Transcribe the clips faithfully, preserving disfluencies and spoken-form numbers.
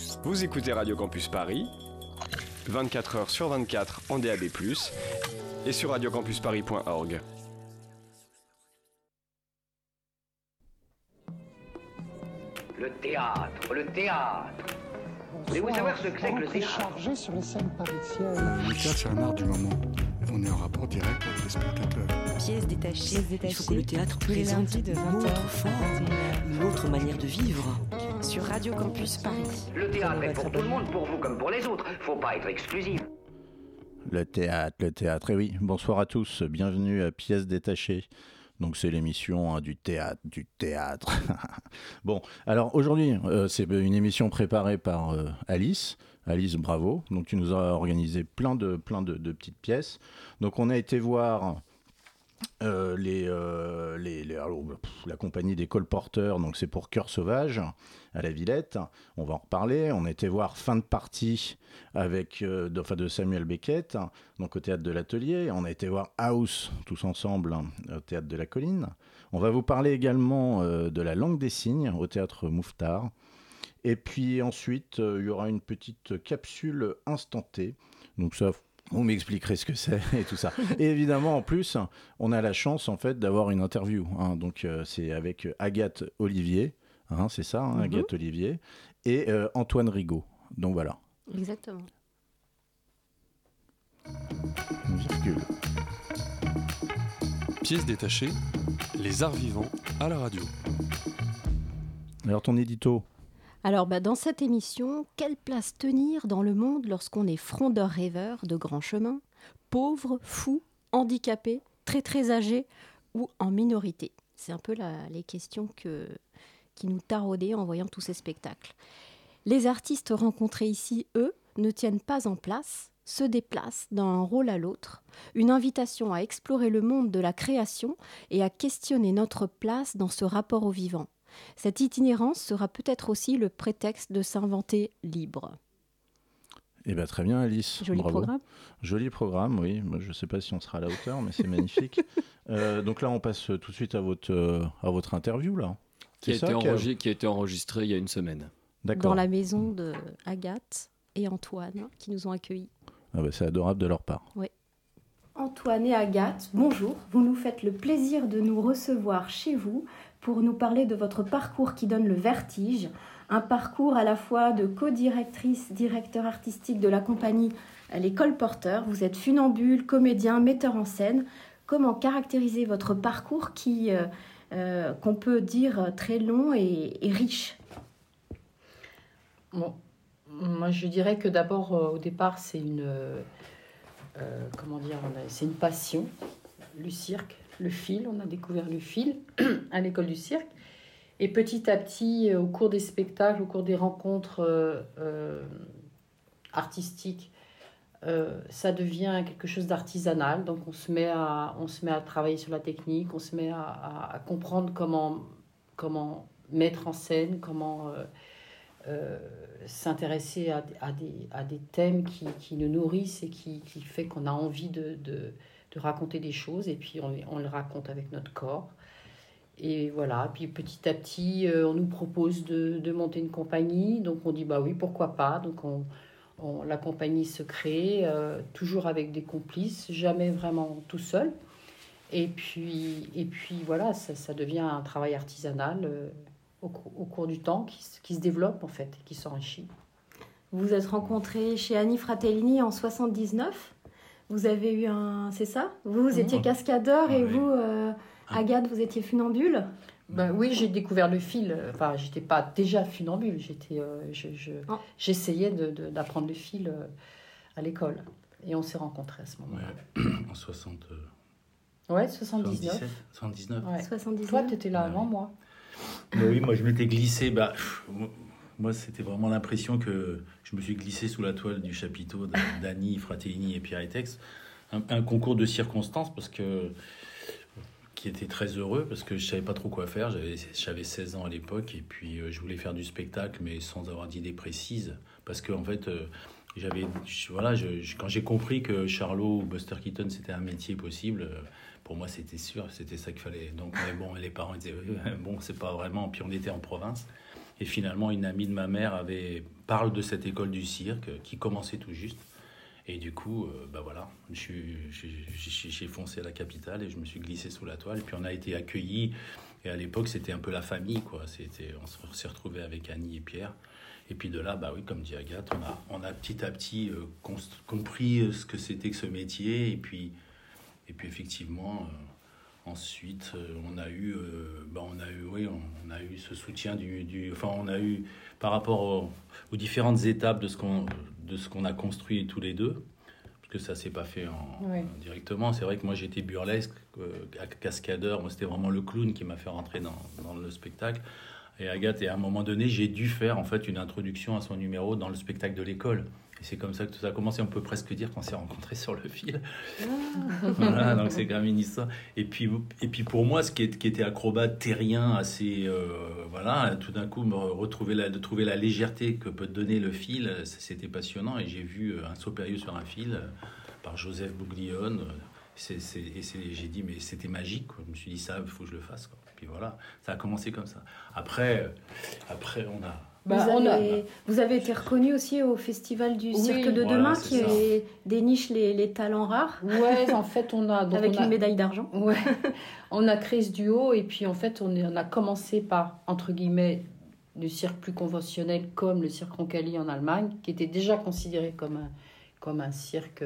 Vous écoutez Radio Campus Paris, vingt-quatre heures sur vingt-quatre en D A B plus, et sur radio campus paris point org. Le théâtre, le théâtre. Voulez-vous savoir ce que c'est que le théâtre ? Chargé sur les scènes parisiennes. Le théâtre, c'est un art du moment. On est en rapport direct avec les spectateurs. Pièces détachées. Pièces détachées. Il faut que le théâtre tous les présente lundis de une vingt heures autre forme, une autre manière de vivre. Sur Radio Campus Paris. Le théâtre est pour tout le monde, pour vous comme pour les autres. Faut pas être exclusif. Le théâtre, le théâtre. Et oui, bonsoir à tous. Bienvenue à Pièces détachées. Donc c'est l'émission hein, du théâtre, du théâtre. Bon, alors aujourd'hui, euh, c'est une émission préparée par euh, Alice. Alice, bravo. Donc tu nous as organisé plein de, plein de, de petites pièces. Donc on a été voir euh, les, euh, les, les alors, pff, la compagnie des colporteurs. Donc c'est pour Cœur Sauvage à la Villette. On va en reparler. On a été voir Fin de partie avec euh, de, enfin, de Samuel Beckett, donc au théâtre de l'Atelier. On a été voir House tous ensemble hein, au théâtre de la Colline. On va vous parler également euh, de la langue des signes au théâtre Mouffetard. Et puis ensuite, euh, il y aura une petite capsule instantée. Donc ça, vous m'expliquerez ce que c'est et tout ça. Et évidemment, en plus, on a la chance en fait d'avoir une interview. Hein. Donc euh, c'est avec Agathe Olivier, hein, c'est ça, hein, mm-hmm. Agathe Olivier, et euh, Antoine Rigaud. Donc voilà. Exactement. Virgule. Pièces détachées, les arts vivants à la radio. Alors ton édito ? Alors, bah, dans cette émission, quelle place tenir dans le monde lorsqu'on est frondeur rêveur de grands chemins, pauvre, fou, handicapé, très très âgé ou en minorité ? C'est un peu la, les questions que, qui nous taraudaient en voyant tous ces spectacles. Les artistes rencontrés ici, eux, ne tiennent pas en place, se déplacent d'un rôle à l'autre. Une invitation à explorer le monde de la création et à questionner notre place dans ce rapport au vivant. Cette itinérance sera peut-être aussi le prétexte de s'inventer libre. Eh bien, très bien, Alice. Joli Bravo. Programme. Joli programme, oui. Moi, je ne sais pas si on sera à la hauteur, mais c'est magnifique. euh, donc là, on passe tout de suite à votre, euh, à votre interview, là. Qui a, ça, été qui, a... enregistré, qui a été enregistré il y a une semaine. D'accord. Dans la maison de Agathe et Antoine, qui nous ont accueillis. Ah bah, c'est adorable de leur part. Oui. Antoine et Agathe, bonjour. Vous nous faites le plaisir de nous recevoir chez vous pour nous parler de votre parcours qui donne le vertige, un parcours à la fois de co-directrice, directeur artistique de la compagnie Les Colporteurs. Vous êtes funambule, comédien, metteur en scène. Comment caractériser votre parcours qui, euh, euh, qu'on peut dire très long et, et riche ? Bon, moi je dirais que d'abord euh, au départ c'est une, euh, comment dire, on a, c'est une passion, le cirque. Le fil, on a découvert le fil à l'école du cirque. Et petit à petit, au cours des spectacles, au cours des rencontres euh, euh, artistiques, euh, ça devient quelque chose d'artisanal. Donc on se met à, on se met à travailler sur la technique, on se met à, à, à comprendre comment, comment mettre en scène, comment euh, euh, s'intéresser à, à, des, à des thèmes qui, qui nous nourrissent et qui, qui fait qu'on a envie de... de de raconter des choses, et puis on, on le raconte avec notre corps. Et voilà, puis petit à petit, euh, on nous propose de, de monter une compagnie, donc on dit bah oui, pourquoi pas. Donc on, on, la compagnie se crée, euh, toujours avec des complices, jamais vraiment tout seul. Et puis, et puis voilà, ça, ça devient un travail artisanal euh, au, au cours du temps, qui, qui se développe en fait, qui s'enrichit. Vous vous êtes rencontrés chez Annie Fratellini en soixante-dix-neuf. Vous avez eu un... C'est ça ? Vous, vous étiez cascadeur et oui. vous, euh, Agathe, vous étiez funambule ? Ben oui, j'ai découvert le fil. Enfin, j'étais pas déjà funambule. J'étais, euh, je, je, oh. J'essayais de, de, d'apprendre le fil euh, à l'école. Et on s'est rencontrés à ce moment-là. Ouais. En soixante... Ouais, soixante-dix-neuf. soixante-dix-neuf. Ouais. soixante-dix-neuf. Toi, tu étais là ouais. avant moi. Mais oui, moi, je m'étais glissé... Bah, pff, moi, c'était vraiment l'impression que je me suis glissé sous la toile du chapiteau d'Annie Fratellini et Pierre Etex. Un, un concours de circonstances parce que, qui était très heureux parce que je ne savais pas trop quoi faire. J'avais, j'avais seize ans à l'époque et puis euh, je voulais faire du spectacle mais sans avoir d'idée précise. Parce qu'en en fait, euh, j'avais, je, voilà, je, je, quand j'ai compris que Charlot ou Buster Keaton, c'était un métier possible, euh, pour moi, c'était sûr, c'était ça qu'il fallait. Donc, mais bon, les parents disaient, bon, c'est pas vraiment. Puis on était en province. Et finalement, une amie de ma mère avait parle de cette école du cirque qui commençait tout juste. Et du coup, euh, bah voilà, je suis, j'ai, j'ai, j'ai foncé à la capitale et je me suis glissé sous la toile. Et puis on a été accueillis. Et à l'époque, c'était un peu la famille, quoi. C'était, on s'est retrouvés avec Annie et Pierre. Et puis de là, bah oui, comme dit Agathe, on a, on a petit à petit euh, const- compris ce que c'était que ce métier. Et puis, et puis effectivement, euh, ensuite, euh, on a eu, euh, bah on a eu, oui, on, on a eu ce soutien du, du, enfin, on a eu par rapport au, aux différentes étapes de ce qu'on, de ce qu'on a construit tous les deux. Que ça s'est pas fait en, oui. en directement. C'est vrai que moi j'étais burlesque, euh, cascadeur. Moi c'était vraiment le clown qui m'a fait rentrer dans, dans le spectacle. Et Agathe, et à un moment donné, j'ai dû faire en fait une introduction à son numéro dans le spectacle de l'école. Et c'est comme ça que tout ça a commencé. On peut presque dire qu'on s'est rencontrés sur le fil. Ah. Voilà, donc c'est quand même une histoire. Et puis, et puis pour moi, ce qui, est, qui était acrobate, terrien, assez, euh, voilà, tout d'un coup, me retrouver la, de trouver la légèreté que peut donner le fil, c'était passionnant. Et j'ai vu un saut périlleux sur un fil par Joseph Bouglione. C'est, c'est, et c'est, j'ai dit, mais c'était magique, quoi. Je me suis dit, ça, il faut que je le fasse, quoi. Puis voilà, ça a commencé comme ça. Après, après on a... Bah, vous, on avez, a... vous avez été reconnu aussi au Festival du Cirque oui, de voilà, demain qui est, déniche les, les talents rares. Ouais, en fait, on a... Donc avec on a, une médaille d'argent. Ouais, on a créé ce duo et puis en fait, on, est, on a commencé par, entre guillemets, du cirque plus conventionnel comme le cirque Roncalli en Allemagne, qui était déjà considéré comme un, comme un cirque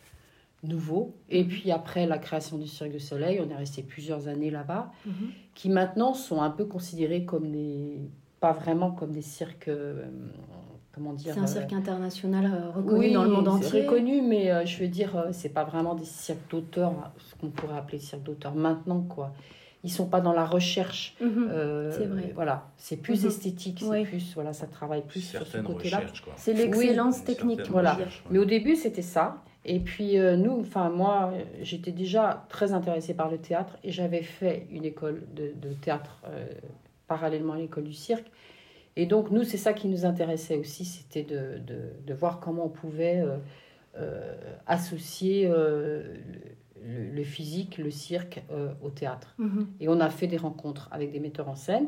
nouveau. Et puis après la création du Cirque du Soleil, on est resté plusieurs années là-bas, mm-hmm. qui maintenant sont un peu considérés comme des... pas vraiment comme des cirques, euh, comment dire... C'est un cirque euh, international euh, reconnu oui, dans le monde entier. Oui, reconnu, mais euh, je veux dire, euh, c'est pas vraiment des cirques d'auteurs, ce qu'on pourrait appeler cirque d'auteurs maintenant, quoi. Ils sont pas dans la recherche. Mmh, euh, c'est vrai. Voilà, c'est plus mmh. esthétique, c'est oui. plus, voilà, ça travaille plus certaines sur ce côté-là. C'est l'excellence oui, technique. Voilà. Ouais. Mais au début, c'était ça. Et puis euh, nous, enfin moi, j'étais déjà très intéressée par le théâtre et j'avais fait une école de, de théâtre euh, parallèlement à l'école du cirque. Et donc nous, c'est ça qui nous intéressait aussi, c'était de, de, de voir comment on pouvait euh, euh, associer euh, le, le physique, le cirque euh, au théâtre. Mm-hmm. Et on a fait des rencontres avec des metteurs en scène.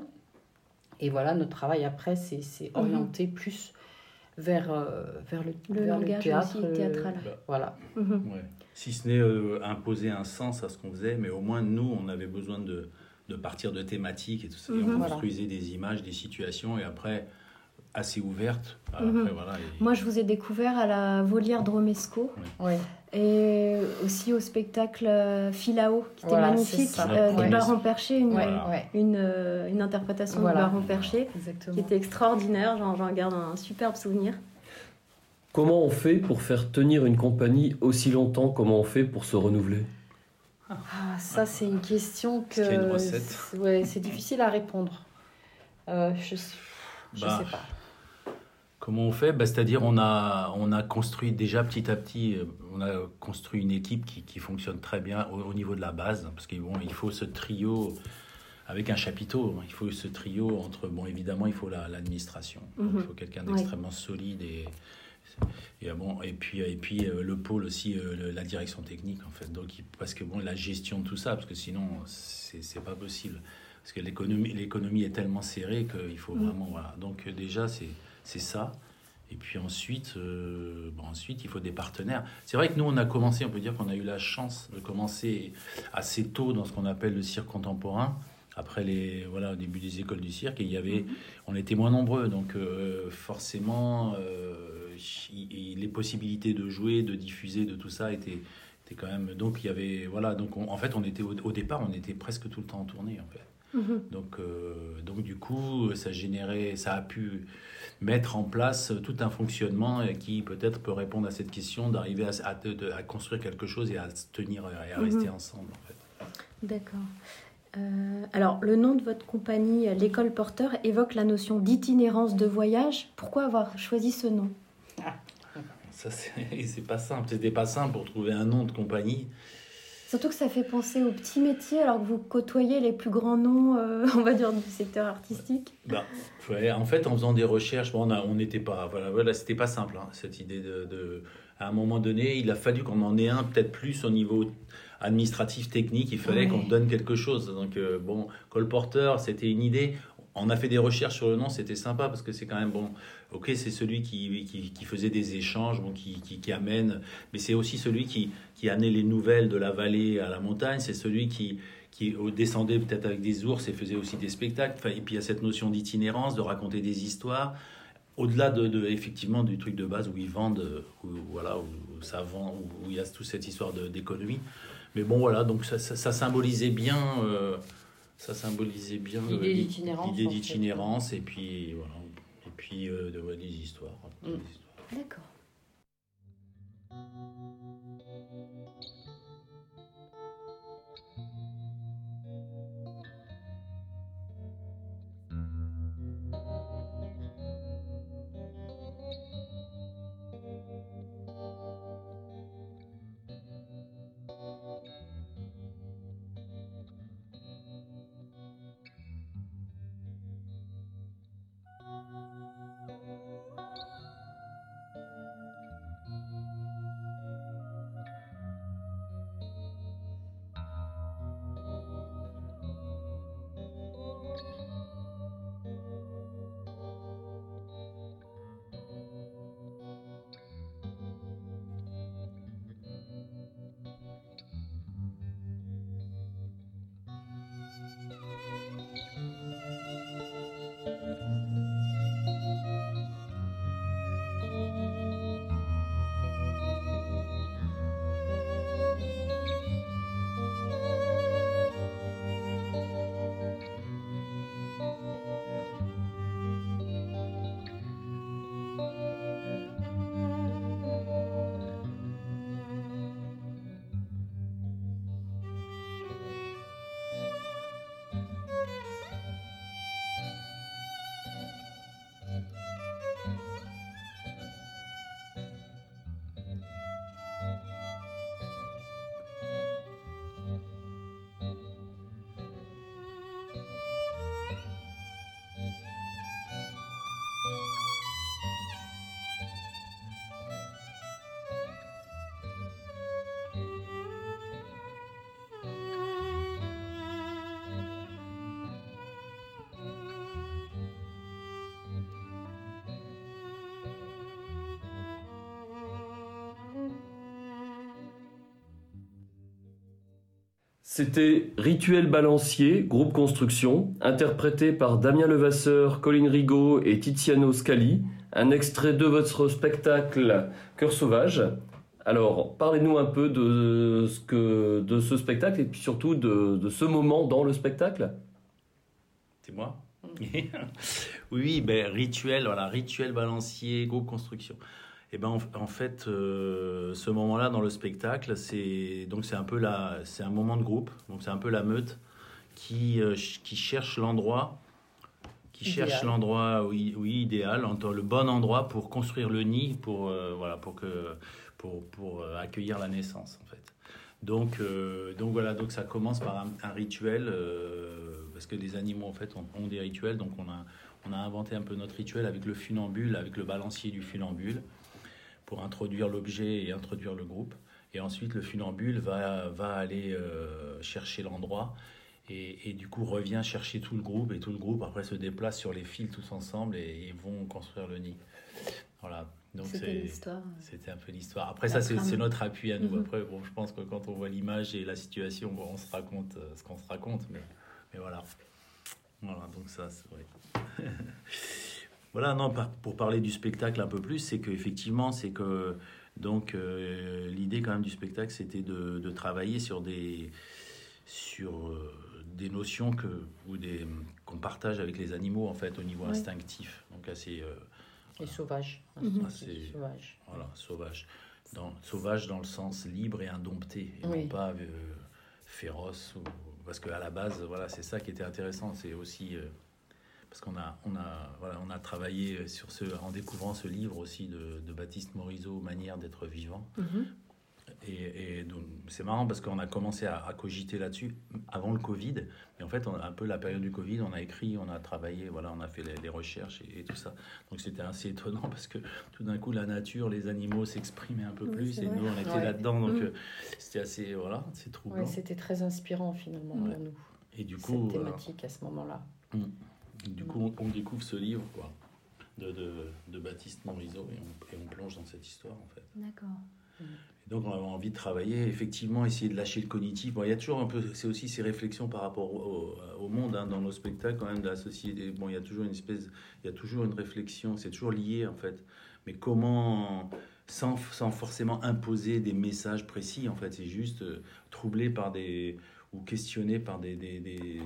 Et voilà, notre travail après, c'est, c'est orienté mm-hmm. plus vers, euh, vers le, le vers langage le théâtre aussi, théâtral. Euh, voilà. Mm-hmm. Ouais. Si ce n'est euh, imposer un sens à ce qu'on faisait, mais au moins nous, on avait besoin de, de partir de thématiques et tout ça. Mm-hmm. Et on construisait voilà. des images, des situations, et après, assez ouvertes. Après, mm-hmm. voilà, et... Moi, je vous ai découvert à la Volière Dromesco. Oui. Ouais. Et aussi au spectacle Philao, qui était voilà, magnifique, euh, du ouais. Baron Perché, une, voilà. une, une, une interprétation voilà. du Baron Perché, qui était extraordinaire, j'en, j'en garde un superbe souvenir. Comment on fait pour faire tenir une compagnie aussi longtemps? Comment on fait pour se renouveler? Ah, ça, c'est une question que... Est-ce qu'il y a une recette? c'est, ouais, c'est difficile à répondre. Euh, je je bah. sais pas. Comment on fait? Bah, c'est-à-dire on a, on a construit déjà petit à petit, on a construit une équipe qui, qui fonctionne très bien au, au niveau de la base, parce qu'il bon, il faut ce trio avec un chapiteau, il faut ce trio entre, bon évidemment il faut la, l'administration, mm-hmm. il faut quelqu'un d'extrêmement oui. solide et, et, bon, et puis, et puis le pôle aussi, le, la direction technique en fait, donc, parce que bon, la gestion de tout ça, parce que sinon c'est, c'est pas possible, parce que l'économie, l'économie est tellement serrée qu'il faut mm. vraiment, voilà, donc déjà c'est C'est ça. Et puis ensuite, euh, bon, ensuite, il faut des partenaires. C'est vrai que nous, on a commencé, on peut dire qu'on a eu la chance de commencer assez tôt dans ce qu'on appelle le cirque contemporain, après les, voilà, au début des écoles du cirque. Et il y avait, mm-hmm. on était moins nombreux, donc euh, forcément, euh, y, les possibilités de jouer, de diffuser, de tout ça étaient, étaient quand même... Donc, il y avait... Voilà, donc on, en fait, on était, au, au départ, on était presque tout le temps en tournée, en fait. Mmh. Donc, euh, donc du coup, ça générait, ça a pu mettre en place tout un fonctionnement qui peut-être peut répondre à cette question d'arriver à, à, de, à construire quelque chose et à se tenir et à rester mmh. ensemble. En fait. D'accord. Euh, alors, le nom de votre compagnie, l'École Porteur, évoque la notion d'itinérance de voyage. Pourquoi avoir choisi ce nom? ah. Ça, c'est, c'est pas simple. C'était pas simple pour trouver un nom de compagnie. Surtout que ça fait penser au petit métier, alors que vous côtoyez les plus grands noms, euh, on va dire, du secteur artistique. Bah, ouais, en fait, en faisant des recherches, bon, on n'était pas, voilà, voilà, c'était pas simple, hein, cette idée de, de, à un moment donné, il a fallu qu'on en ait un, peut-être plus au niveau administratif, technique. Il fallait ouais. qu'on donne quelque chose. Donc, euh, bon, colporteur, c'était une idée. on a fait des recherches sur le nom, c'était sympa parce que c'est quand même bon. Ok, c'est celui qui, qui, qui faisait des échanges, bon, qui, qui, qui amène, mais c'est aussi celui qui, qui amenait les nouvelles de la vallée à la montagne. C'est celui qui, qui descendait peut-être avec des ours et faisait aussi des spectacles. Enfin, et puis il y a cette notion d'itinérance, de raconter des histoires. Au-delà de, de effectivement du truc de base où ils vendent, où, voilà, où, où ça vend, où, où il y a toute cette histoire de, d'économie. Mais bon, voilà, donc ça, ça, ça symbolisait bien. Euh, Ça symbolisait bien l'idée euh, d'itinérance, l'idée d'itinérance et puis voilà, et puis euh, de, ouais, des histoires. Mmh. Des histoires. D'accord. C'était Rituel Balancier, groupe Construction, interprété par Damien Levasseur, Colline Rigaud et Tiziano Scali, un extrait de votre spectacle Cœur Sauvage. Alors, parlez-nous un peu de ce, que, de ce spectacle et puis surtout de, de ce moment dans le spectacle. C'est moi. Oui, ben, rituel, voilà, Rituel Balancier, groupe Construction. Et ben en, en fait, euh, ce moment-là dans le spectacle, c'est donc c'est un peu la, c'est un moment de groupe, donc c'est un peu la meute qui euh, qui cherche l'endroit, qui idéal. cherche l'endroit, oui, oui, idéal, le bon endroit pour construire le nid, pour euh, voilà, pour que pour pour euh, accueillir la naissance en fait. Donc euh, donc voilà, donc ça commence par un, un rituel euh, parce que les animaux en fait ont, ont des rituels, donc on a on a inventé un peu notre rituel avec le funambule, avec le balancier du funambule, pour introduire l'objet et introduire le groupe. Et ensuite, le funambule va, va aller euh, chercher l'endroit et, et du coup revient chercher tout le groupe. Et tout le groupe, après, se déplace sur les fils tous ensemble et, et vont construire le nid. Voilà. Donc c'était c'est, l'histoire. C'était un peu l'histoire. Après, ça, c'est, c'est notre appui à nous. Mm-hmm. Après, bon, je pense que quand on voit l'image et la situation, bon, on se raconte euh, ce qu'on se raconte. Mais, mais voilà. Voilà, donc ça, c'est vrai. Voilà, non, pour parler du spectacle un peu plus, c'est qu'effectivement, c'est que donc euh, l'idée quand même du spectacle, c'était de, de travailler sur des sur euh, des notions que ou des qu'on partage avec les animaux en fait au niveau oui. instinctif, donc assez euh, et voilà. sauvage, mm-hmm. assez, sauvage, voilà, sauvage, dans sauvage dans le sens libre et indompté, et oui. non pas euh, féroce ou, parce qu'à la base, voilà, c'est ça qui était intéressant, c'est aussi euh, parce qu'on a, on a, voilà, on a travaillé sur ce, en découvrant ce livre aussi de, de Baptiste Morisot, Manière d'être vivant. Mm-hmm. Et, et donc, c'est marrant parce qu'on a commencé à, à cogiter là-dessus avant le Covid. Et en fait, on, un peu la période du Covid, on a écrit, on a travaillé, voilà, on a fait les, les recherches et, et tout ça. Donc c'était assez étonnant parce que tout d'un coup, la nature, les animaux s'exprimaient un peu oui, plus et vrai. Nous, on était ouais. là-dedans. Donc mmh. c'était assez, voilà, c'est troublant. Ouais, c'était très inspirant finalement ouais. pour nous. Et du coup, cette thématique voilà. à ce moment-là. Mmh. Du coup, on, on découvre ce livre, quoi, de, de, de Baptiste Morisot, et on, et on plonge dans cette histoire, en fait. D'accord. Et donc, on a envie de travailler, effectivement, essayer de lâcher le cognitif. Bon, il y a toujours un peu, c'est aussi ces réflexions par rapport au, au, au monde, hein, dans nos spectacles, quand même, de la société. Bon, il y a toujours une espèce, il y a toujours une réflexion, c'est toujours lié, en fait. Mais comment, sans, sans forcément imposer des messages précis, en fait, c'est juste euh, troublé par des, ou questionné par des, des, des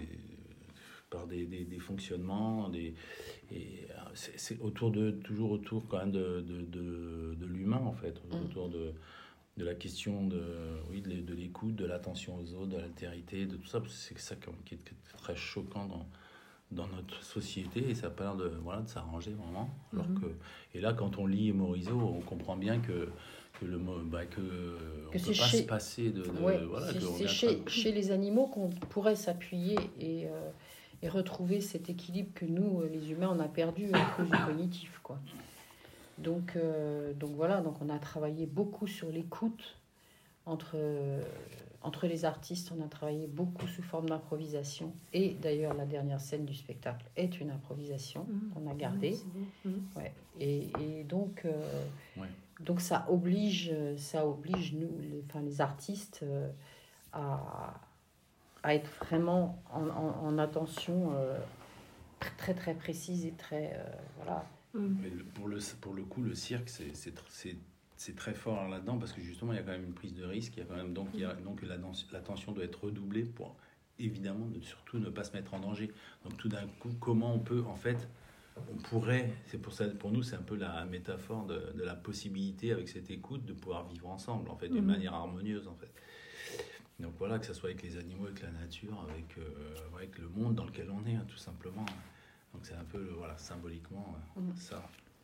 par des, des, des fonctionnements, des, et c'est, c'est autour de, toujours autour quand même de, de, de, de l'humain, en fait, mmh. autour de, de la question de, oui, de, de l'écoute, de l'attention aux autres, de l'altérité, de tout ça, parce que c'est ça qui est très choquant dans, dans notre société, et ça a pas l'air de, voilà, de s'arranger vraiment. Alors mmh. que, et là, quand on lit Morisot, on comprend bien que que le mot, bah, que, que on peut pas chez... se passer de, de ouais, voilà, c'est, que c'est chez, très... chez les animaux qu'on pourrait s'appuyer et euh, et retrouver cet équilibre que nous, les humains, on a perdu à cause du cognitif, quoi. Donc, euh, donc voilà, donc on a travaillé beaucoup sur l'écoute entre, euh, entre les artistes, on a travaillé beaucoup sous forme d'improvisation. Et d'ailleurs, la dernière scène du spectacle est une improvisation mmh. qu'on a gardée. Mmh. Ouais. Et, et donc, euh, ouais. donc ça oblige, ça oblige nous, les, enfin, les artistes, euh, à... à être vraiment en, en, en attention euh, très très précise et très euh, voilà. Mais pour le pour le coup, le cirque c'est c'est c'est c'est très fort là-dedans parce que justement il y a quand même une prise de risque, il y a quand même donc il y a donc la l'attention doit être redoublée pour évidemment ne, surtout ne pas se mettre en danger. Donc tout d'un coup, comment on peut en fait on pourrait, c'est pour ça pour nous c'est un peu la métaphore de, de la possibilité avec cette écoute de pouvoir vivre ensemble en fait d'une mmh. manière harmonieuse en fait. Donc voilà, que ce soit avec les animaux, avec la nature, avec, euh, avec le monde dans lequel on est, hein, tout simplement. Donc c'est un peu, voilà, symboliquement, euh, mmh. ça.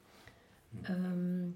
Euh,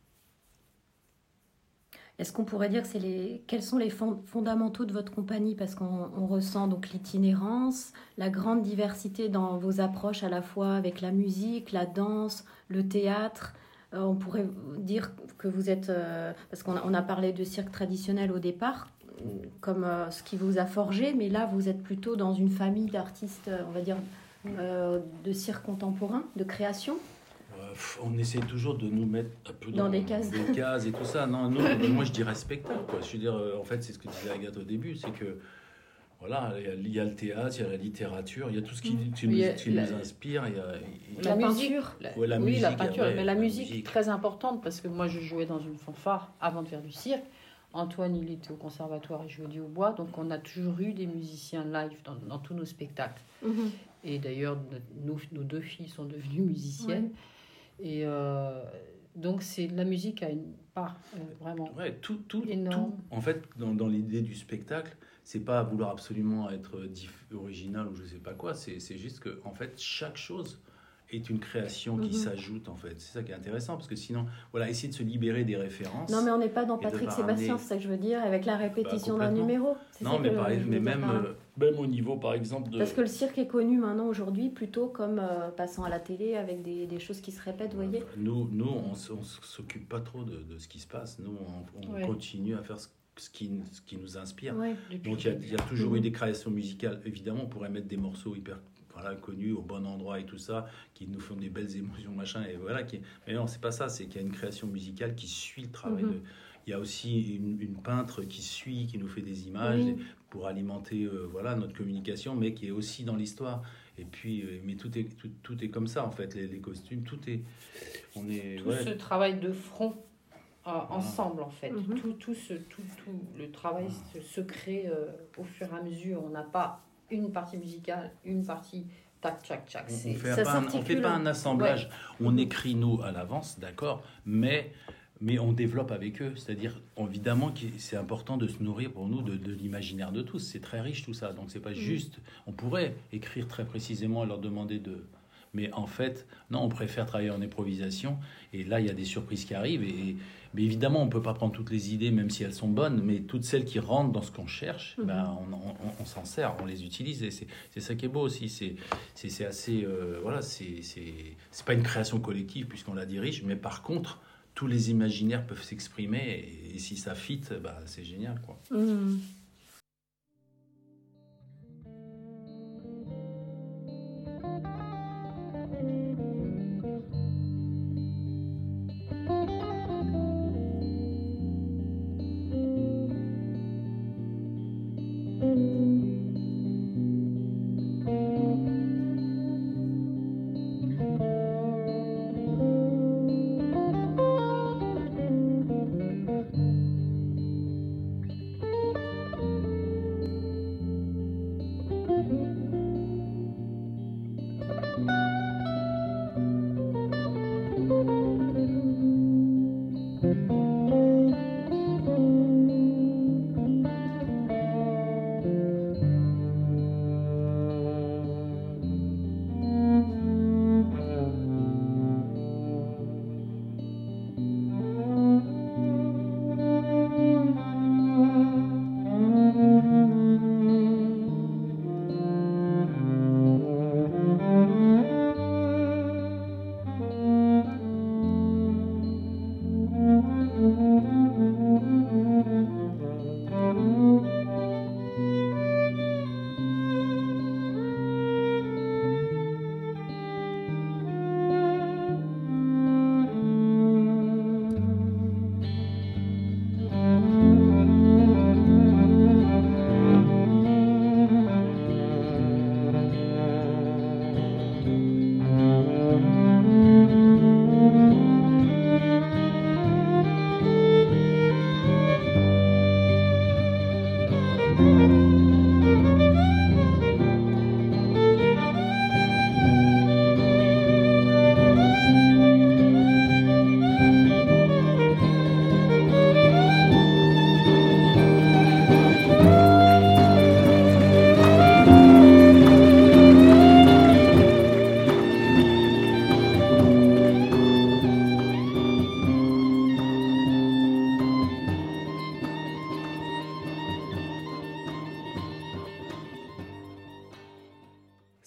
est-ce qu'on pourrait dire que c'est les, quels sont les fond- fondamentaux de votre compagnie ? Parce qu'on on ressent donc l'itinérance, la grande diversité dans vos approches à la fois avec la musique, la danse, le théâtre. Euh, on pourrait dire que vous êtes... Euh, parce qu'on a, on a parlé de cirque traditionnel au départ, comme euh, ce qui vous a forgé, mais là vous êtes plutôt dans une famille d'artistes, on va dire, euh, de cirque contemporain, de création. Euh, on essaie toujours de nous mettre un peu dans, dans des cases, des cases et tout ça. Non, non, moi je dirais spectacle, quoi. Je veux dire, en fait, c'est ce que disait Agathe au début, c'est que voilà, il y a le théâtre, il y a la littérature, il y a tout ce qui, qui, nous, qui la, nous inspire. Il y a, il y a la, la peinture, la, ouais, la oui, musique, la peinture, ouais, mais la, la musique, musique est très importante parce que moi je jouais dans une fanfare avant de faire du cirque. Antoine, il était au conservatoire et jouait du hautbois, donc on a toujours eu des musiciens live dans, dans tous nos spectacles. Mmh. Et d'ailleurs, nos, nos deux filles sont devenues musiciennes. Ouais. Et euh, donc, c'est, la musique a une part euh, vraiment ouais, tout, tout, énorme. Tout, en fait, dans, dans l'idée du spectacle, c'est pas vouloir absolument être diff, original ou je sais pas quoi, c'est, c'est juste que, en fait, chaque chose est une création qui mmh. s'ajoute, en fait. C'est ça qui est intéressant, parce que sinon, voilà, essayer de se libérer des références. Non, mais on n'est pas dans Patrick Sébastien, c'est ça que je veux dire, avec la répétition bah, d'un numéro. C'est non, mais, pareil, mais même, euh, même au niveau, par exemple... De... Parce que le cirque est connu maintenant, aujourd'hui, plutôt comme euh, passant à la télé, avec des, des choses qui se répètent, vous voyez. Nous, nous on ne s'occupe pas trop de, de ce qui se passe. Nous, on, on ouais. continue à faire ce, ce, qui, ce qui nous inspire. Ouais, donc, il y, y a toujours mmh. eu des créations musicales. Évidemment, on pourrait mettre des morceaux hyper... Voilà, connus au bon endroit et tout ça, qui nous font des belles émotions, machin, et voilà. Qui... Mais non, c'est pas ça, c'est qu'il y a une création musicale qui suit le travail. Mm-hmm. de... Il y a aussi une, une peintre qui suit, qui nous fait des images oui. pour alimenter euh, voilà, notre communication, mais qui est aussi dans l'histoire. Et puis, euh, mais tout est, tout, tout est comme ça, en fait, les, les costumes, tout est... On est tout ouais. ce travail de front euh, ensemble, en fait. Mm-hmm. Tout, tout, ce, tout, tout le travail se, se crée euh, au fur et à mesure. On n'a pas une partie musicale, une partie tac, tac, tac. On ne fait, fait pas un assemblage. Ouais. On écrit, nous, à l'avance, d'accord, mais, mais on développe avec eux. C'est-à-dire, évidemment, que c'est important de se nourrir pour nous de, de l'imaginaire de tous. C'est très riche, tout ça. Donc, c'est pas mmh. juste... On pourrait écrire très précisément et leur demander de... Mais en fait, non, on préfère travailler en improvisation. Et là, il y a des surprises qui arrivent. Et, mais évidemment, on ne peut pas prendre toutes les idées, même si elles sont bonnes. Mais toutes celles qui rentrent dans ce qu'on cherche, mmh. ben, on, on, on s'en sert, on les utilise. Et c'est, c'est ça qui est beau aussi. C'est, c'est, c'est assez... Euh, voilà, c'est, c'est, c'est pas une création collective puisqu'on la dirige. Mais par contre, tous les imaginaires peuvent s'exprimer. Et, et si ça fit, ben, c'est génial, quoi. Mmh.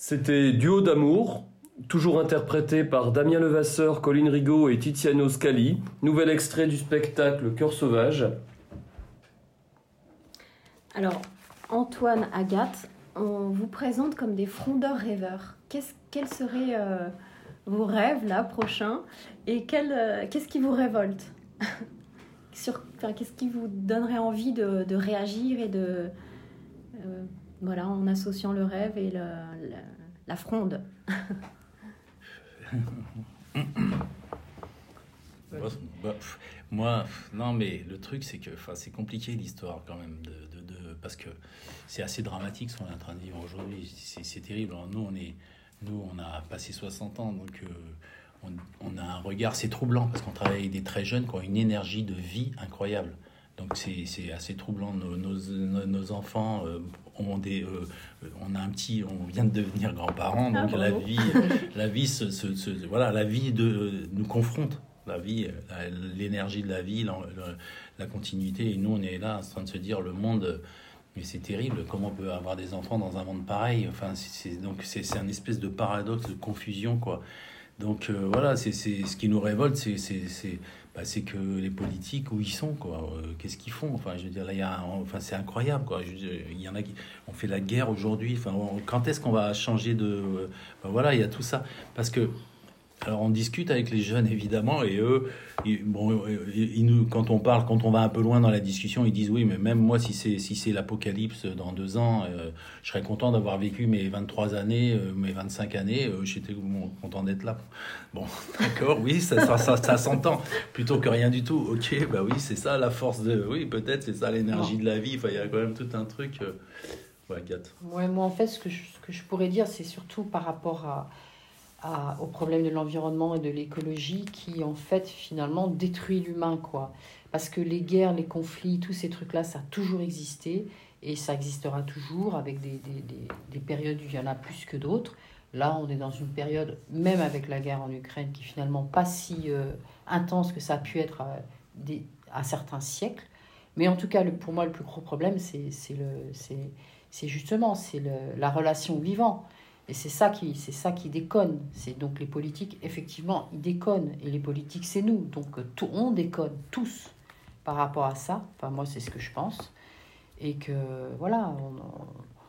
C'était Duo d'amour, toujours interprété par Damien Levasseur, Colline Rigaud et Tiziano Scali. Nouvel extrait du spectacle Cœur sauvage. Alors, Antoine, Agathe, on vous présente comme des frondeurs rêveurs. Qu'est-ce, quels seraient euh, vos rêves, là, prochains, et quel, euh, qu'est-ce qui vous révolte? Sur, enfin, qu'est-ce qui vous donnerait envie de, de réagir et de... Euh, voilà, en associant le rêve et le, le, la fronde. Moi, bah, moi, non, mais le truc, c'est que c'est compliqué l'histoire quand même, de, de, de, parce que c'est assez dramatique ce qu'on est en train de vivre aujourd'hui. C'est, c'est terrible. Alors, nous, on est, nous, on a passé soixante ans, donc euh, on, on a un regard, c'est troublant, parce qu'on travaille avec des très jeunes qui ont une énergie de vie incroyable. Donc c'est, c'est assez troublant. Nos, nos, nos enfants euh, ont des, euh, on a un petit, on vient de devenir grands-parents, donc ah, la vie, la vie, se, se, se, voilà, la vie de, euh, nous confronte. La vie, la, l'énergie de la vie, la, la, la continuité. Et nous, on est là en train de se dire le monde. Mais c'est terrible. Comment on peut avoir des enfants dans un monde pareil? Enfin, c'est, c'est, donc c'est, c'est un espèce de paradoxe, de confusion, quoi. Donc euh, voilà, c'est, c'est ce qui nous révolte, c'est, c'est, c'est Bah, c'est que les politiques, où ils sont, quoi, euh, qu'est-ce qu'ils font? Enfin, je veux dire, là, il y a, un, enfin, c'est incroyable, quoi. Je veux dire, il y en a qui, on fait la guerre aujourd'hui. Enfin, on, quand est-ce qu'on va changer de, euh, ben voilà, il y a tout ça, parce que, alors, on discute avec les jeunes évidemment, et eux, ils, bon, ils nous, quand on parle, quand on va un peu loin dans la discussion, ils disent oui, mais même moi, si c'est si c'est l'apocalypse dans deux ans, euh, je serais content d'avoir vécu mes vingt-trois années, euh, mes vingt-cinq années, euh, j'étais bon, content d'être là. Bon, d'accord, oui, ça, ça, ça, ça s'entend. Plutôt que rien du tout. Ok, bah oui, c'est ça la force de, oui, peut-être c'est ça l'énergie de la vie. Enfin, il y a quand même tout un truc. Euh... Ouais, Agathe. Ouais, moi en fait, ce que je, ce que je pourrais dire, c'est surtout par rapport à À, au problème de l'environnement et de l'écologie qui, en fait, finalement, détruit l'humain, quoi. Parce que les guerres, les conflits, tous ces trucs-là, ça a toujours existé et ça existera toujours avec des, des, des, des périodes où il y en a plus que d'autres. Là, on est dans une période, même avec la guerre en Ukraine, qui est finalement pas si euh, intense que ça a pu être à, des, à certains siècles. Mais en tout cas, le, pour moi, le plus gros problème, c'est, c'est, le, c'est, c'est justement c'est le, la relation au vivant. Et c'est ça qui, c'est ça qui déconne. C'est donc les politiques, effectivement, ils déconnent. Et les politiques, c'est nous. Donc tout, on déconne tous par rapport à ça. Enfin, moi, c'est ce que je pense. Et que, voilà, on, on...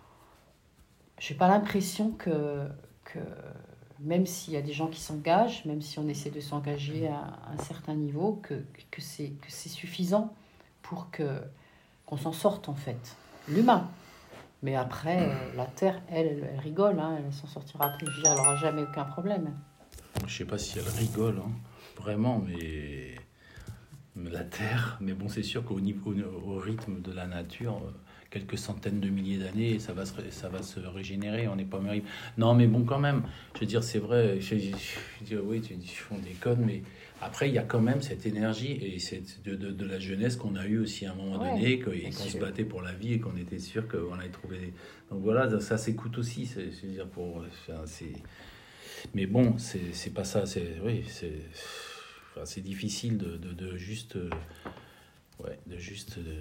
j'ai pas l'impression que, que, même s'il y a des gens qui s'engagent, même si on essaie de s'engager à, à un certain niveau, que, que, c'est, que c'est suffisant pour que, qu'on s'en sorte, en fait. L'humain. Mais après, euh, la Terre, elle, elle, elle rigole, hein, elle s'en sortira plus. Je veux dire, elle n'aura jamais aucun problème. Je ne sais pas si elle rigole, hein, vraiment, mais... mais la Terre... Mais bon, c'est sûr qu'au niveau, au, au rythme de la nature, quelques centaines de milliers d'années, ça va se, ça va se régénérer, on n'est pas mérité. Non, mais bon, quand même, je veux dire, c'est vrai, je, je, je dis, oui, tu dis, on déconne, mais... Après, il y a quand même cette énergie et c'est de, de, de la jeunesse qu'on a eue aussi à un moment ouais, donné, que, et qu'on sûr. se battait pour la vie et qu'on était sûr qu'on allait trouver des... Donc voilà, ça s'écoute aussi, c'est, c'est dire pour... Enfin, c'est... Mais bon, c'est, c'est pas ça, c'est... Oui, c'est... Enfin, c'est difficile de, de, de juste... Ouais, de juste... De,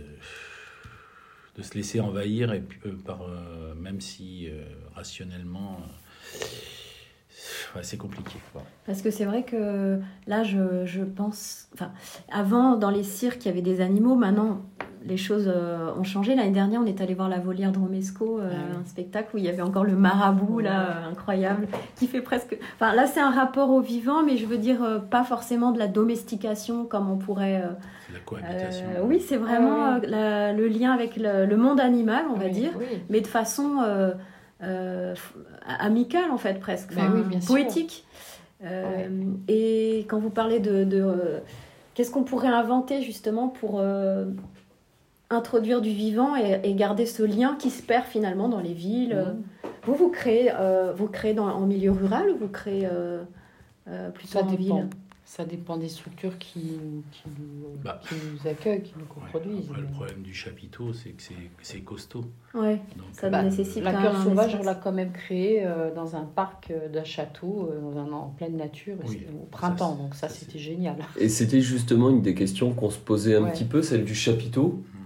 de se laisser envahir et, euh, par... Euh, même si, euh, rationnellement... Euh, Ouais, c'est compliqué. Ouais. Parce que c'est vrai que là, je, je pense... Enfin, avant, dans les cirques, il y avait des animaux. Maintenant, les choses euh, ont changé. L'année dernière, on est allé voir la volière de Romesco, euh, ouais. un spectacle où il y avait encore le marabout, là, euh, incroyable, qui fait presque... Enfin, là, c'est un rapport au vivant, mais je veux dire, euh, pas forcément de la domestication, comme on pourrait... Euh, c'est la cohabitation. Euh, oui, c'est vraiment ah, oui. Euh, la, le lien avec le, le monde animal, on va oui, dire, oui. mais de façon... Euh, Euh, amicale en fait presque, enfin, oui, bien poétique euh, ouais. Et quand vous parlez de, de euh, qu'est-ce qu'on pourrait inventer justement pour euh, introduire du vivant et, et garder ce lien qui se perd finalement dans les villes. Mmh. Vous vous créez euh, vous créez dans, en milieu rural ou vous créez euh, euh, plutôt ça en dépend. ville? Ça dépend des structures qui, qui, nous, bah, qui nous accueillent, qui nous coproduisent. Ouais, le problème du chapiteau, c'est que c'est, c'est costaud. Ouais, donc, ça bah, nécessite la Cœur sauvage, on l'a quand même créé euh, dans un parc euh, d'un château, euh, en, en pleine nature, oui, au printemps. Ça, donc ça, ça c'était c'est... génial. Et c'était justement une des questions qu'on se posait un ouais. petit peu, celle du chapiteau.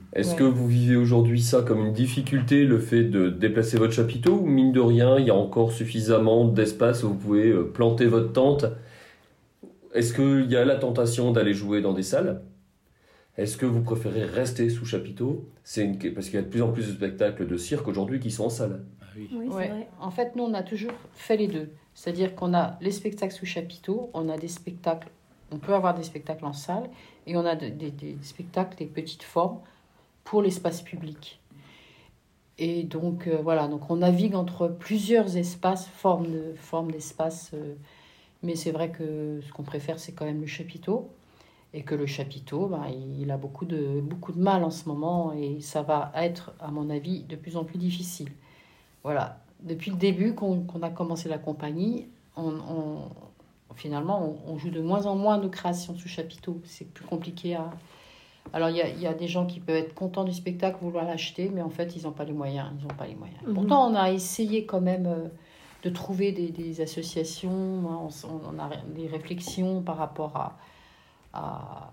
Est-ce Ouais. que vous vivez aujourd'hui ça comme une difficulté, le fait de déplacer votre chapiteau, ou mine de rien, il y a encore suffisamment d'espace où vous pouvez euh, planter votre tente? Est-ce qu'il y a la tentation d'aller jouer dans des salles? Est-ce que vous préférez rester sous chapiteau? C'est une... Parce qu'il y a de plus en plus de spectacles de cirque aujourd'hui qui sont en salle. Ah oui. Oui, c'est Ouais. vrai. En fait, nous, on a toujours fait les deux. C'est-à-dire qu'on a les spectacles sous chapiteau, on a des spectacles, on peut avoir des spectacles en salle, et on a de- des, des spectacles, des petites formes pour l'espace public. Et donc, euh, voilà, donc on navigue entre plusieurs espaces, formes de, formes d'espace, euh, mais c'est vrai que ce qu'on préfère, c'est quand même le chapiteau, et que le chapiteau, ben, il a beaucoup de, beaucoup de mal en ce moment, et ça va être, à mon avis, de plus en plus difficile. Voilà. Depuis le début qu'on qu'on a commencé la compagnie, on, on- finalement, on, on joue de moins en moins de créations sous chapiteau. C'est plus compliqué à... Alors, il y a, il y a des gens qui peuvent être contents du spectacle, vouloir l'acheter, mais en fait, ils n'ont pas les moyens. Ils n'ont pas les moyens. Mhm. Pourtant, on a essayé quand même euh, de trouver des, des associations. On, s- on a des réflexions par rapport à, à,